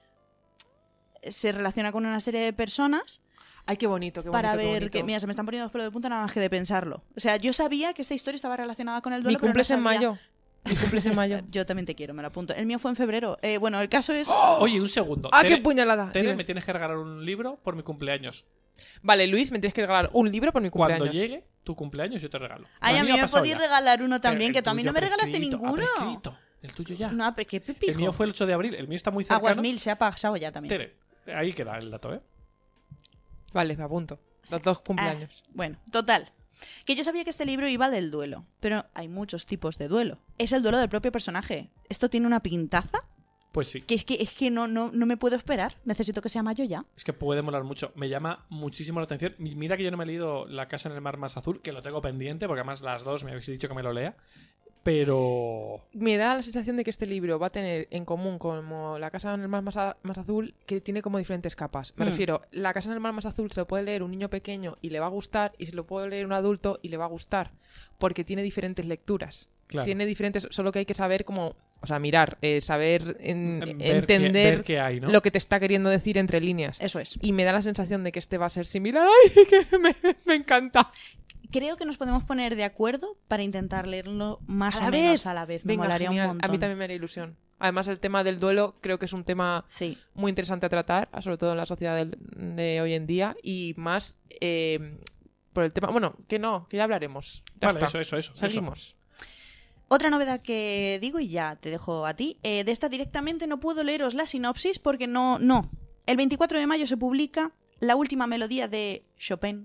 S1: se relaciona con una serie de personas.
S2: Ay, qué bonito,
S1: para ver
S2: qué bonito.
S1: que, mira, se me están poniendo los pelos de punta nada más que de pensarlo. O sea, yo sabía que esta historia estaba relacionada con el duelo.
S2: Mi cumple es en
S1: mayo.
S2: Mi cumple es en mayo.
S1: Yo también te quiero, me lo apunto. El mío fue en febrero. Bueno, el caso es...
S3: Oye, un segundo.
S2: ¡Ah, qué puñalada!
S3: Tere, me tienes que regalar un libro por mi cumpleaños.
S2: Vale, Luis, me tienes que regalar un libro por mi cumpleaños.
S3: Cuando llegue tu cumpleaños yo te regalo.
S1: Ay, a mí me podéis regalar uno también, que tú a mí no me
S3: regalaste
S1: regalaste ninguno.
S3: El tuyo ya.
S1: No, pero qué pipijo.
S3: El mío fue el 8 de abril. El mío está muy cercano.
S1: Aguas 1000 se ha pasado ya también.
S3: Tere, ahí queda el dato, ¿eh?
S2: Vale, me apunto. Los 2 cumpleaños.
S1: Bueno, total. Que yo sabía que este libro iba del duelo, pero hay muchos tipos de duelo. Es el duelo del propio personaje. ¿Esto tiene una pintaza?
S3: Pues sí.
S1: Que es que no me puedo esperar. Necesito que sea mayo ya.
S3: Es que puede molar mucho. Me llama muchísimo la atención. Mira que yo no me he leído La casa en el mar más azul, que lo tengo pendiente, porque además las dos me habéis dicho que me lo lea. Pero...
S2: Me da la sensación de que este libro va a tener en común como La casa en el mar más azul, que tiene como diferentes capas. Me refiero, La casa en el mar más azul se lo puede leer un niño pequeño y le va a gustar, y se lo puede leer un adulto y le va a gustar, porque tiene diferentes lecturas. Claro. Tiene diferentes, solo que hay que saber cómo, o sea, mirar, saber entender
S3: qué hay, ¿no?
S2: lo que te está queriendo decir entre líneas.
S1: Eso es.
S2: Y me da la sensación de que este va a ser similar. ¡Ay, que me encanta!
S1: Creo que nos podemos poner de acuerdo para intentar leerlo más o
S2: menos
S1: menos a la vez. Me molaría un montón.
S2: A mí también me haría ilusión. Además, el tema del duelo creo que es un tema muy interesante a tratar, sobre todo en la sociedad de hoy en día, y más por el tema... Bueno, que ya hablaremos. Ya
S3: vale,
S2: está.
S3: Eso.
S2: Seguimos.
S1: Otra novedad que digo, y ya te dejo a ti, de esta directamente no puedo leeros la sinopsis porque no. El 24 de mayo se publica La última melodía de Chopin.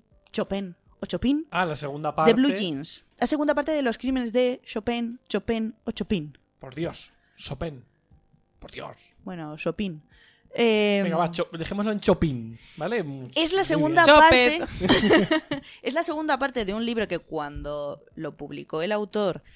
S3: Ah, la segunda parte.
S1: De Blue Jeans. La segunda parte de Los crímenes de Chopin o Chopin.
S3: Por Dios. Chopin. Por Dios.
S1: Bueno, Chopin.
S3: Venga, va, dejémoslo en Chopin, ¿vale?
S1: Es la segunda parte. Es la segunda parte de un libro que cuando lo publicó el autor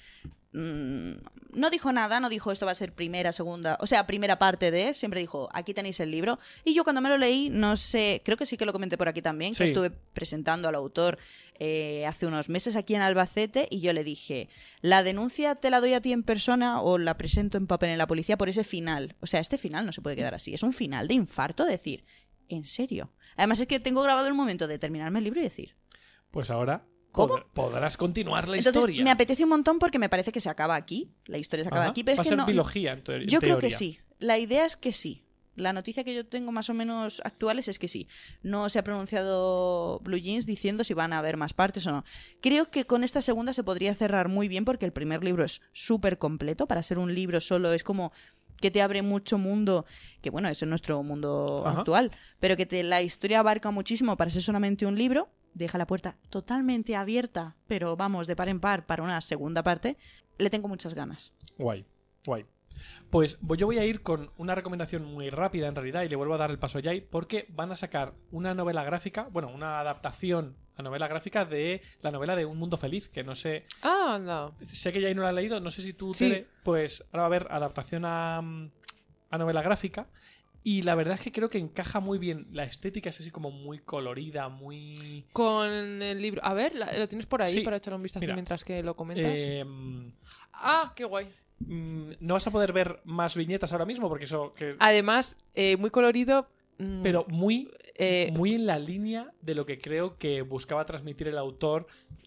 S1: no dijo nada, no dijo esto va a ser primera, segunda, o sea, primera parte de, siempre dijo, aquí tenéis el libro. Y yo cuando me lo leí, no sé, creo que sí que lo comenté por aquí también,
S3: Sí.
S1: que estuve presentando al autor hace unos meses aquí en Albacete y yo le dije, la denuncia te la doy a ti en persona o la presento en papel en la policía por ese final. O sea, este final no se puede quedar así, es un final de infarto, decir, ¿en serio? Además es que tengo grabado el momento de terminarme el libro y decir...
S3: Pues ahora
S1: ¿Cómo?
S3: podrás continuar la
S1: Entonces,
S3: historia.
S1: me apetece un montón porque me parece que se acaba aquí. La historia se acaba
S3: Ajá.
S1: aquí, pero
S3: Va
S1: es
S3: a
S1: que
S3: ser
S1: no.
S3: biología, en
S1: Yo creo que
S3: teoría.
S1: sí. La idea es que sí. La noticia que yo tengo más o menos actuales es que sí. No se ha pronunciado Blue Jeans diciendo si van a haber más partes o no. Creo que con esta segunda se podría cerrar muy bien porque el primer libro es súper completo. Para ser un libro solo es como que te abre mucho mundo, que bueno, es en nuestro mundo
S3: Ajá.
S1: actual, pero que la historia abarca muchísimo para ser solamente un libro. Deja la puerta totalmente abierta, pero vamos, de par en par para una segunda parte. Le tengo muchas ganas.
S3: Guay, guay. Pues yo voy a ir con una recomendación muy rápida en realidad y le vuelvo a dar el paso a Jay porque van a sacar una novela gráfica, bueno, una adaptación a novela gráfica de la novela de Un Mundo Feliz, que no sé,
S2: Ah, no.
S3: sé que Jay no la ha leído, no sé si tú,
S2: Sí.
S3: Tere, pues ahora va a haber adaptación a novela gráfica y la verdad es que creo que encaja muy bien, la estética es así como muy colorida, muy...
S2: Con el libro. A ver, ¿lo tienes por ahí
S3: Sí.
S2: para echarle un vistazo
S3: Mira.
S2: mientras que lo comentas?
S3: em,
S2: Ah, qué guay.
S3: no vas a poder ver más viñetas ahora mismo porque eso... Que,
S2: Además, muy colorido.
S3: pero muy
S2: eh,
S3: muy en la línea de lo que creo que buscaba transmitir el autor.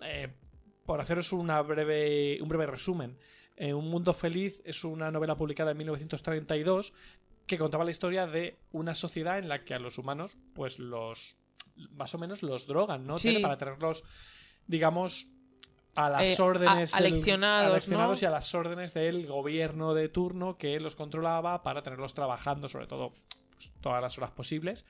S3: Por haceros un breve resumen, Un Mundo Feliz es una novela publicada en 1932 que contaba la historia de una sociedad en la que a los humanos pues los más o menos los drogan, ¿no?
S2: Sí.
S3: Para tenerlos, digamos, a las
S2: A-
S3: órdenes
S2: aleccionados, ¿no?
S3: y a las órdenes del gobierno de turno que los controlaba para tenerlos trabajando sobre todo pues, todas las horas posibles.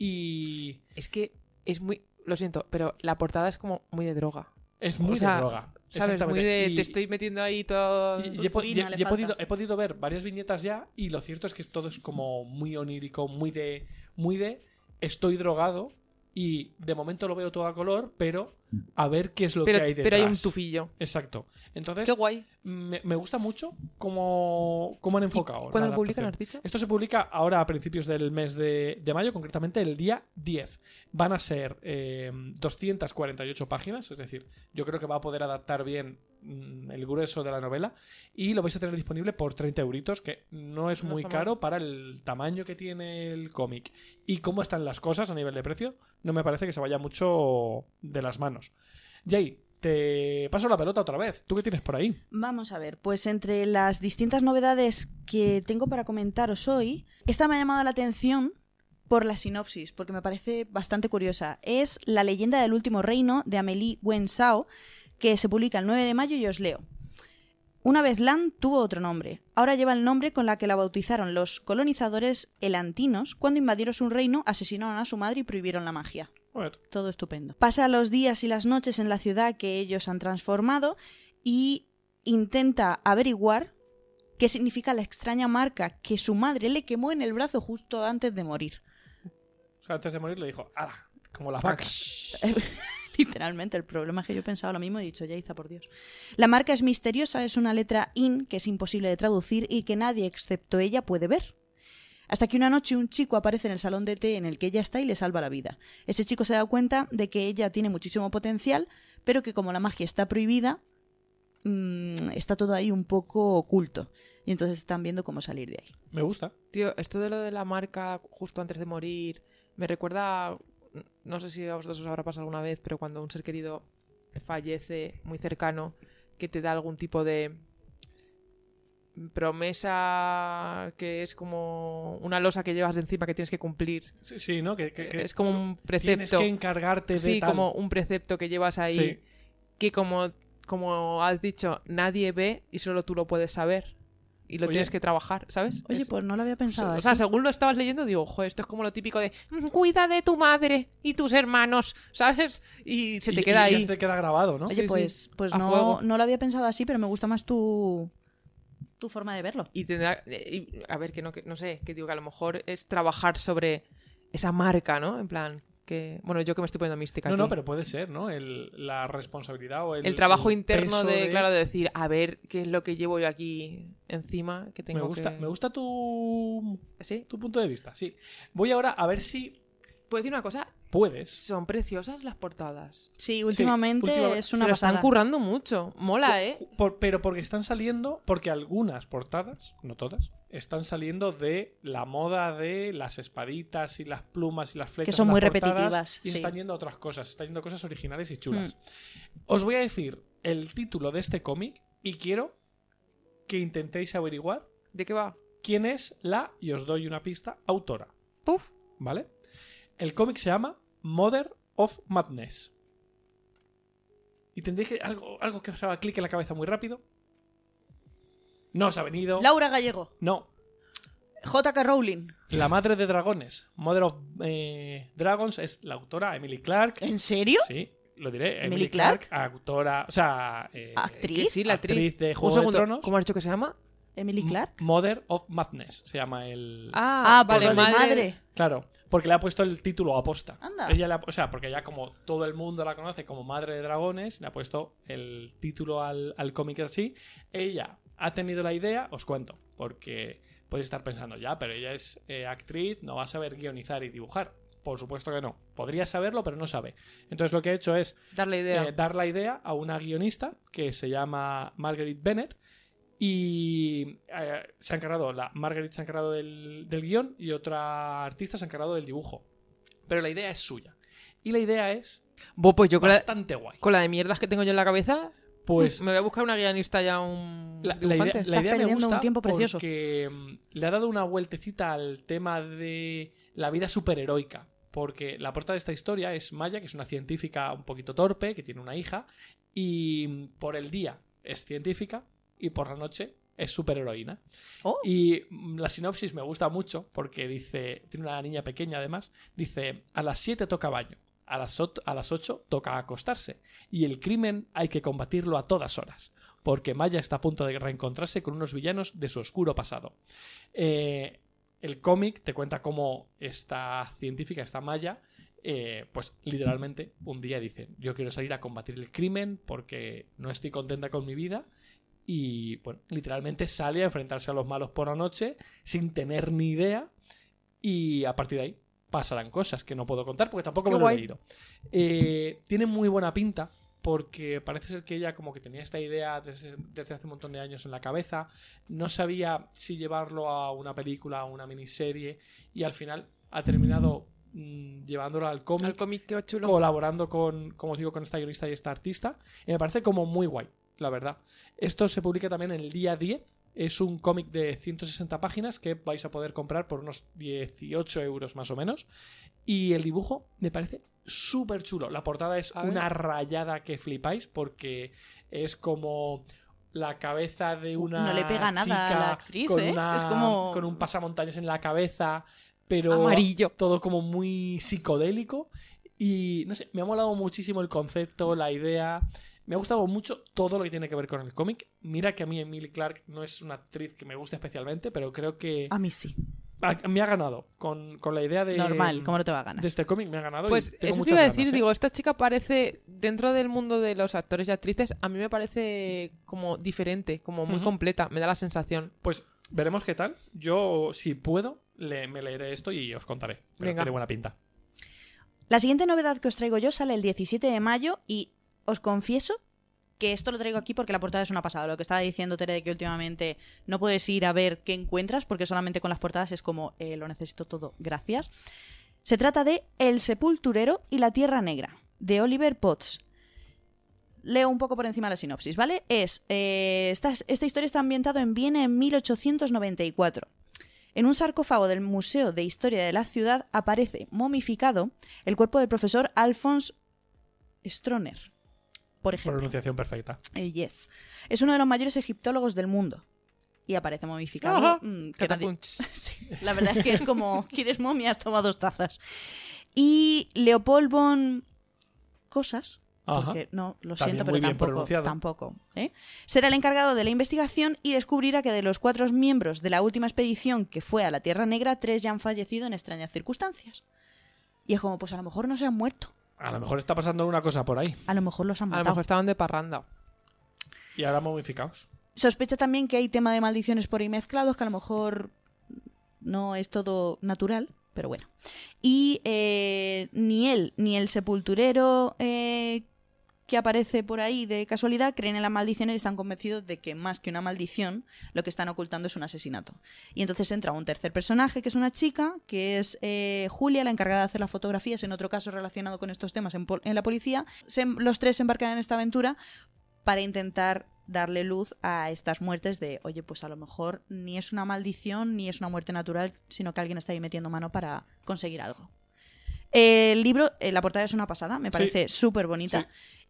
S3: Y
S2: es que es muy. Lo siento, pero la portada es como muy de droga.
S3: es muy
S2: O sea,
S3: de droga.
S2: ¿Sabes? Muy
S3: Exactamente.
S2: de.
S3: Y-
S2: Te estoy metiendo ahí todo.
S3: y
S1: Purpurina le falta.
S3: he podido ver varias viñetas ya y lo cierto es que todo es como muy onírico, muy de estoy drogado y de momento lo veo todo a color, pero a ver qué es lo que hay detrás.
S2: pero hay un tufillo.
S3: Exacto. Entonces,
S2: Qué guay.
S3: me gusta mucho cómo han enfocado.
S2: ¿Cuándo
S3: la
S2: lo publican, has
S3: adaptación.
S2: dicho?
S3: Esto se publica ahora a principios del mes de mayo, concretamente el día 10. Van a ser 248 páginas, es decir, yo creo que va a poder adaptar bien el grueso de la novela y lo vais a tener disponible por 30 euritos, que no es
S2: No
S3: muy
S2: está mal.
S3: caro para el tamaño que tiene el cómic. Y cómo están las cosas a nivel de precio, no me parece que se vaya mucho de las manos. Jay, te paso la pelota otra vez. ¿Tú qué tienes por ahí?
S1: Vamos a ver, pues entre las distintas novedades que tengo para comentaros hoy, esta me ha llamado la atención por la sinopsis, porque me parece bastante curiosa. Es La leyenda del último reino de Amélie Wen-Sao, que se publica el 9 de mayo y os leo. Una vez Lan tuvo otro nombre. Ahora lleva el nombre con la que la bautizaron los colonizadores elantinos cuando invadieron su reino, asesinaron a su madre y prohibieron la magia.
S3: Bueno,
S1: Todo estupendo. Pasa los días y las noches en la ciudad que ellos han transformado y intenta averiguar qué significa la extraña marca que su madre le quemó en el brazo justo antes de morir.
S3: o sea, antes de morir le dijo, ¡ala! Como la vaca.
S1: Literalmente, el problema es que yo he pensado lo mismo y he dicho, Yaiza, por Dios. La marca es misteriosa, es una letra IN que es imposible de traducir y que nadie excepto ella puede ver. Hasta que una noche un chico aparece en el salón de té en el que ella está y le salva la vida. Ese chico se da cuenta de que ella tiene muchísimo potencial, pero que como la magia está prohibida, está todo ahí un poco oculto. Y entonces están viendo cómo salir de ahí.
S3: Me gusta.
S2: Tío, esto de lo de la marca justo antes de morir me recuerda. No sé si a vosotros os habrá pasado alguna vez, pero cuando un ser querido fallece muy cercano, que te da algún tipo de promesa que es como una losa que llevas encima que tienes que cumplir.
S3: Sí, sí, ¿no? Que
S2: Es como un
S3: tienes
S2: precepto.
S3: que encargarte de
S2: Sí,
S3: tal.
S2: como un precepto que llevas ahí
S3: Sí.
S2: que como has dicho, nadie ve y solo tú lo puedes saber. Y lo
S3: Oye.
S2: tienes que trabajar, ¿sabes?
S1: Oye,
S2: Es-
S1: pues no lo había pensado
S2: o
S1: así.
S2: sea, según lo estabas leyendo, digo, joder, esto es como lo típico de cuida de tu madre y tus hermanos, ¿sabes? Y se te queda
S3: y
S2: ahí.
S3: ya te queda grabado, ¿no?
S1: Oye,
S2: sí,
S1: pues
S2: a fuego.
S1: no lo había pensado así, pero me gusta más tu forma de verlo.
S2: Y tendrá. A ver, que no sé, que digo que a lo mejor es trabajar sobre esa marca, ¿no? En plan, Bueno, yo que me estoy poniendo mística
S3: No,
S2: aquí.
S3: no, pero puede ser, ¿no? La responsabilidad o
S2: el trabajo
S3: el
S2: interno
S3: peso
S2: de decir, a ver, qué es lo que llevo yo aquí encima, que tengo
S3: Me gusta tu
S2: ¿Sí?
S3: punto de vista, sí. Voy ahora a ver si
S2: ¿Puedo decir una cosa?
S3: puedes.
S2: Son preciosas las portadas.
S1: Sí, últimamente es una
S2: Se lo
S1: pasada.
S2: están currando mucho. Mola, ¿eh?
S3: Pero porque están saliendo, porque algunas portadas, no todas, están saliendo de la moda de las espaditas y las plumas y las flechas.
S1: Que son
S3: en las
S1: muy
S3: portadas,
S1: repetitivas,
S3: Y
S1: sí.
S3: están yendo a otras cosas, están yendo a cosas originales y chulas. Os voy a decir el título de este cómic y quiero que intentéis averiguar
S2: ¿De qué va?
S3: quién es y os doy una pista, autora.
S2: Puf.
S3: ¿Vale? El cómic se llama Mother of Madness. Y tendréis que algo que os haga clic en la cabeza muy rápido. No os ha venido.
S1: Laura Gallego.
S3: No.
S1: J.K. Rowling.
S3: La madre de dragones. Mother of Dragons es la autora Emily Clark.
S1: ¿En serio?
S3: Sí, lo diré.
S1: ¿Emily Clark?
S3: Autora. O sea.
S1: ¿Actriz?
S2: Que sí, la actriz.
S3: de
S2: Un
S3: Juego de
S2: segundo.
S3: Tronos.
S2: ¿Cómo has dicho que se llama?
S1: ¿Emily Clark?
S3: Mother of Madness se llama el.
S1: Ah, por
S2: vale,
S1: lo de madre.
S3: Claro, porque le ha puesto el título aposta.
S1: Anda.
S3: O sea, porque ya como todo el mundo la conoce como Madre de Dragones, le ha puesto el título al cómic así. Ella ha tenido la idea, os cuento, porque podéis estar pensando, ya, pero ella es actriz, no va a saber guionizar y dibujar. Por supuesto que no. Podría saberlo, pero no sabe. Entonces lo que ha hecho es
S2: Darle idea.
S3: dar la idea a una guionista que se llama Marguerite Bennett. Y Marguerite se ha encargado del guión y otra artista se ha encargado del dibujo. Pero la idea es suya. Y la idea es
S2: Pues yo
S3: bastante guay.
S2: con la de mierdas que tengo yo en la cabeza,
S3: Pues
S2: me voy a buscar una guionista ya, un
S3: la
S2: dibujante.
S3: idea me
S1: perdiendo
S3: gusta
S1: un tiempo precioso.
S3: porque le ha dado una vueltecita al tema de la vida superheroica. Porque la portada de esta historia es Maya, que es una científica un poquito torpe, que tiene una hija, y por el día es científica y por la noche es superheroína.
S1: Oh.
S3: Y la sinopsis me gusta mucho porque dice, tiene una niña pequeña además, dice, a las 7 toca baño, a las 8 toca acostarse y el crimen hay que combatirlo a todas horas, porque Maya está a punto de reencontrarse con unos villanos de su oscuro pasado. El cómic te cuenta cómo esta científica, esta Maya, pues literalmente un día dice, yo quiero salir a combatir el crimen porque no estoy contenta con mi vida. Y, bueno, literalmente sale a enfrentarse a los malos por la noche sin tener ni idea. Y a partir de ahí pasarán cosas que no puedo contar porque tampoco
S2: Qué
S3: me lo he
S2: guay.
S3: leído. Tiene muy buena pinta porque parece ser que ella como que tenía esta idea desde hace un montón de años en la cabeza. No sabía si llevarlo a una película o una miniserie. Y al final ha terminado llevándolo al
S2: El
S3: cómic,
S2: cómic, qué chulo.
S3: colaborando con, como os digo, con esta guionista y esta artista. Y me parece como muy guay, la verdad. Esto se publica también en el día 10. Es un cómic de 160 páginas que vais a poder comprar por unos 18 euros más o menos. Y el dibujo me parece súper chulo. La portada es una rayada que flipáis porque es como la cabeza de una
S1: No le pega nada
S3: chica
S1: a la actriz,
S3: con,
S1: ¿eh? Es como...
S3: con un pasamontañas en la cabeza, pero
S2: Amarillo.
S3: todo como muy psicodélico. Y no sé, me ha molado muchísimo el concepto, la idea. Me ha gustado mucho todo lo que tiene que ver con el cómic. Mira que a mí Emily Clark no es una actriz que me guste especialmente, pero creo que
S1: A mí sí.
S3: me ha ganado con la idea de...
S1: Normal, ¿cómo no te va a ganar?
S3: De este cómic me ha ganado.
S2: Pues
S3: y tengo
S2: eso te
S3: muchas
S2: iba a
S3: ganas,
S2: decir,
S3: ¿eh?
S2: digo, esta chica parece, dentro del mundo de los actores y actrices, a mí me parece como diferente, como muy
S3: Ujú.
S2: completa, me da la sensación.
S3: Pues veremos qué tal. Yo, si puedo, me leeré esto y os contaré. Pero
S2: Venga.
S3: tiene buena pinta.
S1: La siguiente novedad que os traigo yo sale el 17 de mayo y os confieso que esto lo traigo aquí porque la portada es una pasada. Lo que estaba diciendo Tere de que últimamente no puedes ir a ver qué encuentras porque solamente con las portadas es como lo necesito todo, gracias. Se trata de El sepulturero y la tierra negra, de Oliver Potts. Leo un poco por encima la sinopsis, ¿vale? Esta historia está ambientada en Viena en 1894. En un sarcófago del Museo de Historia de la ciudad aparece momificado el cuerpo del profesor Alphonse Stroner, por ejemplo.
S3: Pronunciación perfecta.
S1: Yes. Es uno de los mayores egiptólogos del mundo. Y aparece momificado.
S2: Ajá.
S1: Que nadie-
S2: Catapunch.
S1: Sí, la verdad es que es como, ¿quieres momias? Toma 2 tazas. Y Leopold von Cosas,
S3: Ajá.
S1: porque no, lo
S3: También
S1: siento,
S3: muy
S1: pero
S3: bien pronunciado.
S1: tampoco. Será el encargado de la investigación y descubrirá que de los 4 miembros de la última expedición que fue a la Tierra Negra, 3 ya han fallecido en extrañas circunstancias. Y es como, pues a lo mejor no se han muerto.
S3: A lo mejor está pasando una cosa por ahí.
S1: A lo mejor los han
S2: A lo
S1: matado.
S2: mejor estaban de parranda.
S3: Y ahora momificados.
S1: Sospecha también que hay tema de maldiciones por ahí mezclados, que a lo mejor no es todo natural, pero bueno. Y ni él ni el sepulturero que aparece por ahí de casualidad creen en las maldiciones y están convencidos de que más que una maldición lo que están ocultando es un asesinato. Y entonces entra un tercer personaje que es una chica, que es Julia, la encargada de hacer las fotografías, en otro caso relacionado con estos temas en la policía. Los tres se embarcan en esta aventura para intentar darle luz a estas muertes de, oye, pues a lo mejor ni es una maldición ni es una muerte natural, sino que alguien está ahí metiendo mano para conseguir algo. El libro, la portada es una pasada, me parece súper bonita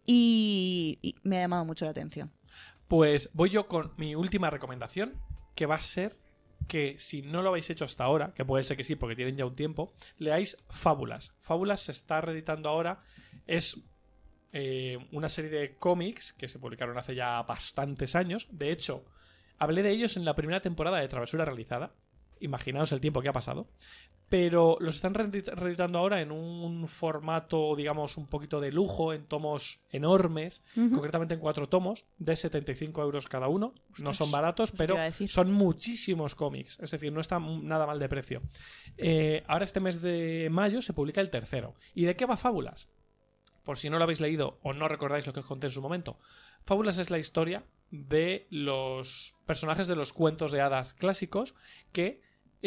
S1: y me ha llamado mucho la atención.
S3: Pues voy yo con mi última recomendación, que va a ser que si no lo habéis hecho hasta ahora, que puede ser que sí, porque tienen ya un tiempo, leáis Fábulas. Fábulas se está reeditando ahora, es una serie de cómics que se publicaron hace ya bastantes años. De hecho, hablé de ellos en la primera temporada de Travesura Realizada. Imaginaos el tiempo que ha pasado. Pero los están reeditando ahora en un formato, digamos, un poquito de lujo, en tomos enormes, concretamente en 4 tomos, de 75 euros cada uno. No son baratos, pero son muchísimos cómics. Es decir, no está nada mal de precio. Ahora este mes de mayo se publica el tercero. ¿Y de qué va Fábulas? Por si no lo habéis leído o no recordáis lo que os conté en su momento. Fábulas es la historia de los personajes de los cuentos de hadas clásicos que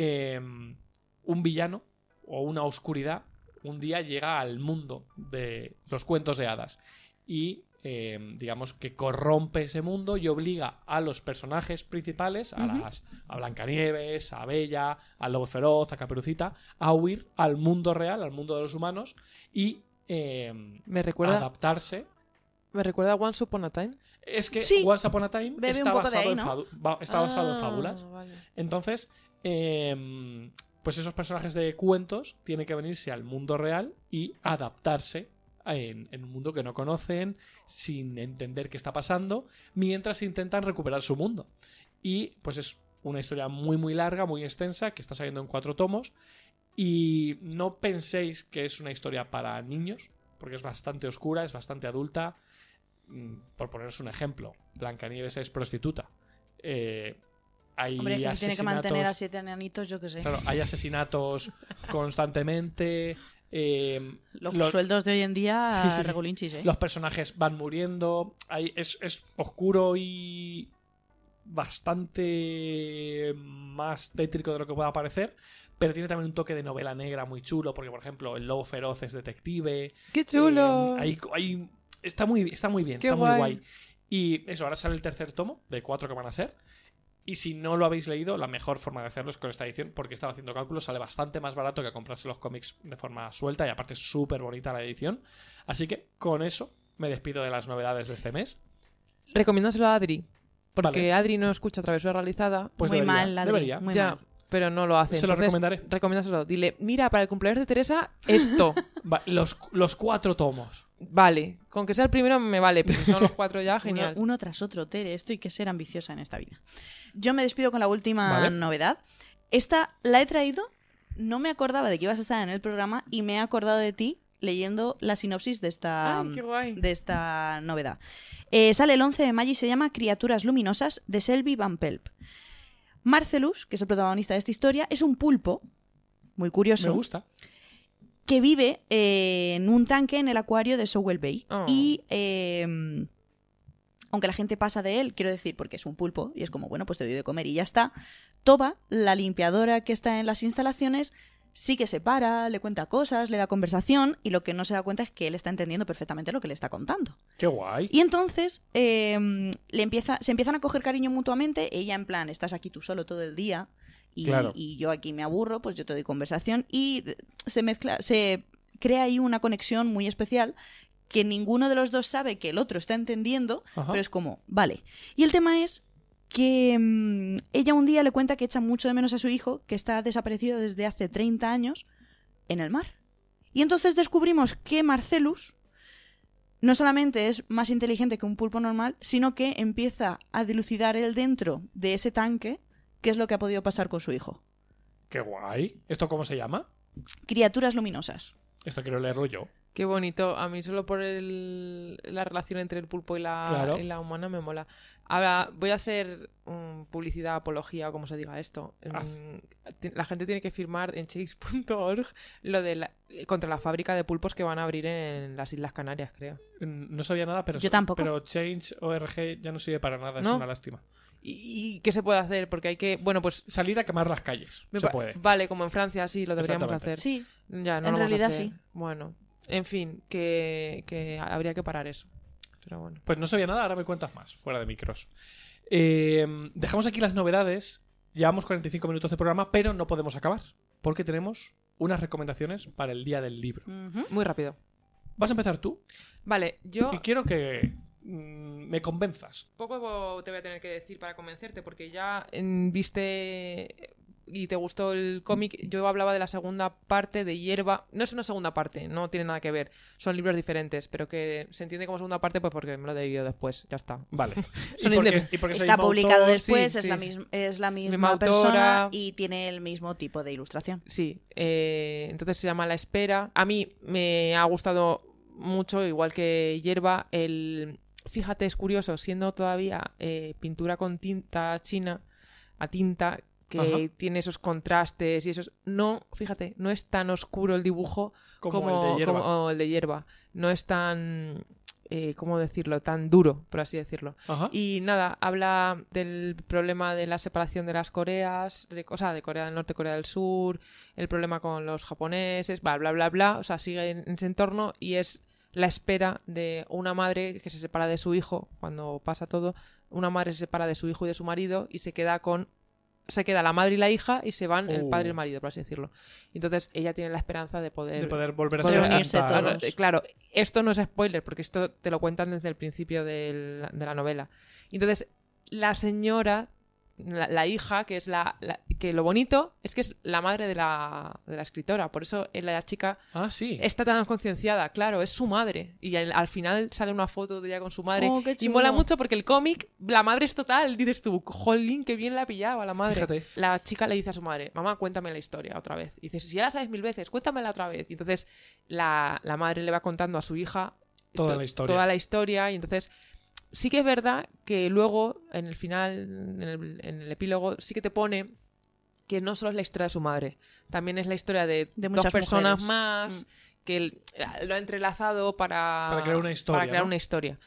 S3: un villano o una oscuridad un día llega al mundo de los cuentos de hadas y digamos que corrompe ese mundo y obliga a los personajes principales, a Blancanieves, a Bella, al Lobo Feroz, a Caperucita, a huir al mundo real, al mundo de los humanos y adaptarse.
S2: Me recuerda a Once Upon a Time.
S3: Es que Once Upon a Time está basado en Fábulas.
S2: Vale.
S3: Entonces, pues esos personajes de cuentos tienen que venirse al mundo real y adaptarse en un mundo que no conocen, sin entender qué está pasando, mientras intentan recuperar su mundo. Y pues es una historia muy muy larga, muy extensa, que está saliendo en 4 tomos. Y no penséis que es una historia para niños, porque es bastante oscura, es bastante adulta. Por poneros un ejemplo, Blancanieves es prostituta.
S1: Hombre, es que si tiene que mantener a 7 enanitos, yo qué sé.
S3: Claro, hay asesinatos constantemente.
S1: Los sueldos de hoy en día,
S3: sí.
S1: regulinchis, ¿eh?
S3: Los personajes van muriendo. Es oscuro y bastante más tétrico de lo que pueda parecer. Pero tiene también un toque de novela negra muy chulo, porque, por ejemplo, el Lobo Feroz es detective.
S2: ¡Qué chulo!
S3: Está muy bien,
S2: Qué
S3: está
S2: guay.
S3: muy guay. Y eso, ahora sale el tercer tomo, de 4 que van a ser. Y si no lo habéis leído, la mejor forma de hacerlo es con esta edición, porque estaba haciendo cálculos, sale bastante más barato que comprarse los cómics de forma suelta, y aparte es súper bonita la edición. Así que con eso me despido de las novedades de este mes.
S2: Recomiéndaselo a Adri, porque
S3: Vale.
S2: Adri no escucha Travesura Realizada.
S3: Pues
S1: muy
S3: debería,
S1: mal, Adri,
S3: debería.
S1: muy
S2: ya,
S1: mal.
S2: pero no lo hace.
S3: Se lo
S2: Entonces,
S3: recomendaré.
S2: Recomiéndaselo. Dile, mira, para el cumpleaños de Teresa, esto.
S3: Los 4 tomos.
S2: Vale. Con que sea el primero me vale, pero si son los 4 ya, genial.
S1: Uno tras otro, Tere. Esto hay que ser ambiciosa en esta vida. Yo me despido con la última novedad. Esta la he traído, no me acordaba de que ibas a estar en el programa y me he acordado de ti leyendo la sinopsis de esta,
S2: Ay, qué guay.
S1: de esta novedad. Sale el 11 de mayo y se llama Criaturas Luminosas, de Selby Van Pelp. Marcellus, que es el protagonista de esta historia, es un pulpo, muy curioso.
S3: Me gusta.
S1: Que vive en un tanque en el acuario de Sowell Bay.
S2: Oh.
S1: Y aunque la gente pasa de él, quiero decir, porque es un pulpo, y es como, bueno, pues te doy de comer y ya está, Toba, la limpiadora que está en las instalaciones, sí que se para, le cuenta cosas, le da conversación, y lo que no se da cuenta es que él está entendiendo perfectamente lo que le está contando.
S3: ¡Qué guay!
S1: Y entonces se empiezan a coger cariño mutuamente, ella en plan, estás aquí tú solo todo el día, y yo aquí me aburro, pues yo te doy conversación, y se crea ahí una conexión muy especial que ninguno de los dos sabe que el otro está entendiendo, pero es como, vale. Y el tema es que ella un día le cuenta que echa mucho de menos a su hijo, que está desaparecido desde hace 30 años en el mar. Y entonces descubrimos que Marcellus no solamente es más inteligente que un pulpo normal, sino que empieza a dilucidar él dentro de ese tanque qué es lo que ha podido pasar con su hijo.
S3: ¡Qué guay! ¿Esto cómo se llama?
S1: Criaturas Luminosas.
S3: Esto quiero leerlo yo.
S2: Qué bonito. A mí solo por la relación entre el pulpo y
S3: Claro.
S2: la humana me mola. Ahora voy a hacer publicidad, apología o como se diga esto. La gente tiene que firmar en change.org lo de contra la fábrica de pulpos que van a abrir en las Islas Canarias, creo.
S3: No sabía nada, pero
S1: Yo tampoco.
S3: Pero Change.org ya no sirve para nada, es
S2: ¿No?
S3: una lástima.
S2: ¿Y qué se puede hacer? Porque hay que... Bueno, pues...
S3: Salir a quemar las calles, se puede.
S2: Vale, como en Francia sí, lo deberíamos
S3: Exactamente.
S2: hacer.
S1: Sí,
S2: Ya, no
S1: en
S2: lo vamos a
S1: realidad
S2: hacer.
S1: sí.
S2: Bueno, en fin, que habría que parar eso. Pero bueno.
S3: Pues no sabía nada, ahora me cuentas más, fuera de micros. Dejamos aquí las novedades. Llevamos 45 minutos de programa, pero no podemos acabar, porque tenemos unas recomendaciones para el día del libro.
S1: Ujú.
S2: Muy rápido.
S3: ¿Vas a empezar tú?
S2: Vale, yo...
S3: Y quiero que me convenzas.
S2: Poco te voy a tener que decir para convencerte, porque ya viste y te gustó el cómic. Yo hablaba de la segunda parte de Hierba. No es una segunda parte, no tiene nada que ver. Son libros diferentes, pero que se entiende como segunda parte pues porque me lo he leído después. Ya está.
S3: Vale.
S2: Son
S3: ¿Y por qué-
S2: indep-
S3: y por qué ese
S1: Está
S3: mismo
S1: publicado
S3: autor?
S1: después,
S2: sí,
S1: es,
S2: sí,
S1: la
S2: sí.
S1: es la
S2: Misma
S1: misma
S2: autora.
S1: persona y tiene el mismo tipo de ilustración.
S2: Sí, entonces se llama La Espera. A mí me ha gustado mucho, igual que Hierba. Fíjate, es curioso, siendo todavía pintura con tinta china, a tinta, que
S3: Ajá.
S2: tiene esos contrastes y esos... No, fíjate, no es tan oscuro el dibujo
S3: Como el de Hierba.
S2: como el de Hierba. No es tan... ¿cómo decirlo? Tan duro, por así decirlo.
S3: Ajá.
S2: Y nada, habla del problema de la separación de las Coreas, de Corea del Norte, Corea del Sur, el problema con los japoneses, bla, bla, bla, bla. O sea, sigue en ese entorno y es la espera de una madre que se separa de su hijo cuando pasa todo. Una madre se separa de su hijo y de su marido y se queda la madre y la hija y se van el padre y el marido, por así decirlo. Entonces ella tiene la esperanza de poder
S3: volver a
S1: Poder
S3: ser
S1: unirse
S3: adaptada.
S1: todos.
S2: Claro, esto no es spoiler porque esto te lo cuentan desde el principio de la novela. Entonces, la señora, la hija, que es que lo bonito es que es la madre de la escritora. Por eso la chica
S3: Ah, sí.
S2: está tan concienciada. Claro, es su madre. Y al final sale una foto de ella con su madre.
S1: Oh, qué
S2: Y
S1: chulo.
S2: mola mucho porque el cómic, la madre es total. Dices tú, jolín, qué bien la pillaba la madre.
S3: Fíjate.
S2: La chica le dice a su madre, mamá, cuéntame la historia otra vez. Y dices, si ya la sabes 1000 veces, cuéntamela otra vez. Y entonces la madre le va contando a su hija
S3: Toda la historia.
S2: toda la historia. Y entonces sí que es verdad que luego, en el final, en el epílogo, sí que te pone que no solo es la historia de su madre, también es la historia de dos
S1: muchas
S2: personas
S1: mujeres.
S2: más que lo ha entrelazado para
S3: crear una historia,
S2: para crear
S3: ¿no?
S2: una historia.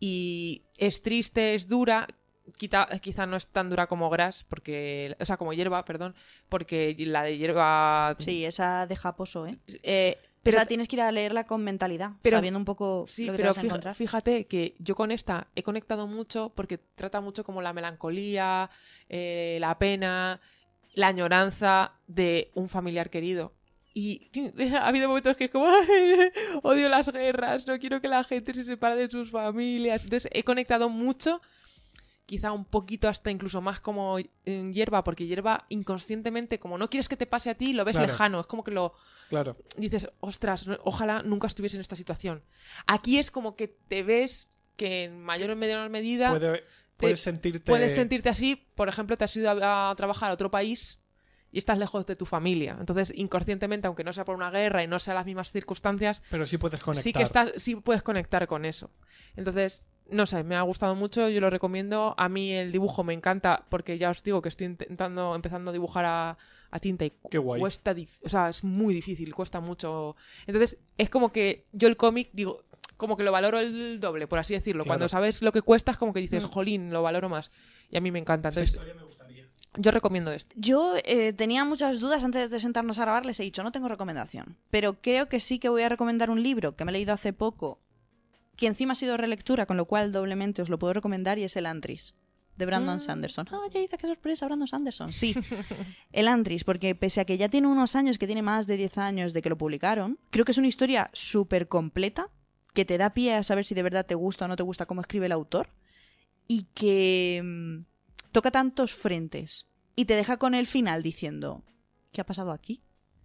S2: Y es triste, es dura. Quizá no es tan dura como Gras, como Hierba, perdón, porque la de Hierba...
S1: Sí, esa deja pozo, ¿eh?
S2: pero
S1: Esa tienes que ir a leerla con mentalidad,
S2: pero-
S1: sabiendo un poco
S2: Sí,
S1: lo que te
S2: pero
S1: vas a encontrar.
S2: fíjate que yo con esta he conectado mucho porque trata mucho como la melancolía, la pena, la añoranza de un familiar querido. Y ha habido momentos que es como, "Ay, odio las guerras, no quiero que la gente se separe de sus familias". Entonces he conectado mucho, quizá un poquito hasta incluso más como en Hierba, porque Hierba inconscientemente, como no quieres que te pase a ti, lo ves
S3: Claro.
S2: lejano. Es como que lo
S3: Claro.
S2: dices, ostras, ojalá nunca estuviese en esta situación. Aquí es como que te ves que en mayor o menor medida
S3: Puedes sentirte...
S2: puedes sentirte así. Por ejemplo, te has ido a trabajar a otro país y estás lejos de tu familia. Entonces, inconscientemente, aunque no sea por una guerra y no sea las mismas circunstancias,
S3: Pero sí puedes conectar.
S2: sí puedes conectar con eso. Entonces, no sé, me ha gustado mucho, yo lo recomiendo. A mí el dibujo me encanta porque ya os digo que estoy empezando a dibujar a tinta y
S3: Qué guay.
S2: cuesta, o sea, es muy difícil, cuesta mucho. Entonces, es como que yo el cómic, digo, como que lo valoro el doble, por así decirlo.
S3: Claro.
S2: Cuando sabes lo que cuesta, es como que dices, jolín, lo valoro más. Y a mí me encanta.
S3: Esta
S2: Entonces,
S3: historia me gustaría.
S2: yo recomiendo este.
S1: Yo tenía muchas dudas antes de sentarnos a grabar, les he dicho, no tengo recomendación. Pero creo que sí que voy a recomendar un libro que me he leído hace poco, que encima ha sido relectura, con lo cual doblemente os lo puedo recomendar, y es El Antris, de Brandon Sanderson. ¡Oh, ya dice qué sorpresa, Brandon Sanderson! Sí, El Antris, porque pese a que ya tiene unos años, que tiene más de 10 años de que lo publicaron, creo que es una historia súper completa, que te da pie a saber si de verdad te gusta o no te gusta cómo escribe el autor, y que toca tantos frentes y te deja con el final diciendo, ¿qué ha pasado aquí?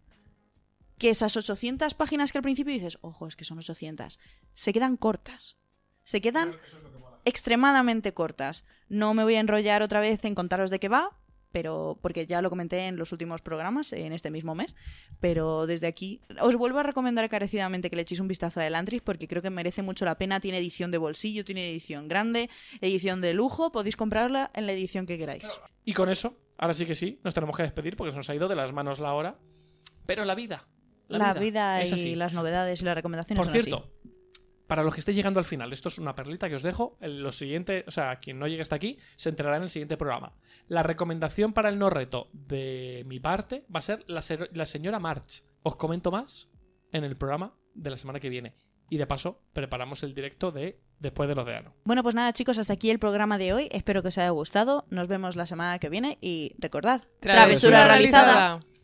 S1: Que esas 800 páginas que al principio dices, ojo, es que son 800, se quedan cortas. Se quedan extremadamente cortas. No me voy a enrollar otra vez en contaros de qué va, pero porque ya lo comenté en los últimos programas, en este mismo mes, pero desde aquí os vuelvo a recomendar encarecidamente que le echéis un vistazo a Elantris porque creo que merece mucho la pena. Tiene edición de bolsillo, tiene edición grande, edición de lujo, podéis comprarla en la edición que queráis.
S3: Y con eso, ahora sí que sí, nos tenemos que despedir porque se nos ha ido de las manos la hora. Pero la vida es
S1: y
S3: así.
S1: las novedades y las recomendaciones
S3: Por
S1: son
S3: cierto, para los que estéis llegando al final, esto es una perlita que os dejo. En lo siguiente, o sea, quien no llegue hasta aquí se enterará en el siguiente programa. La recomendación para el no reto de mi parte va a ser la señora March. Os comento más en el programa de la semana que viene. Y de paso, preparamos el directo de después del océano.
S1: Bueno, pues nada, chicos, hasta aquí el programa de hoy. Espero que os haya gustado. Nos vemos la semana que viene y recordad,
S2: ¡Travesura realizada!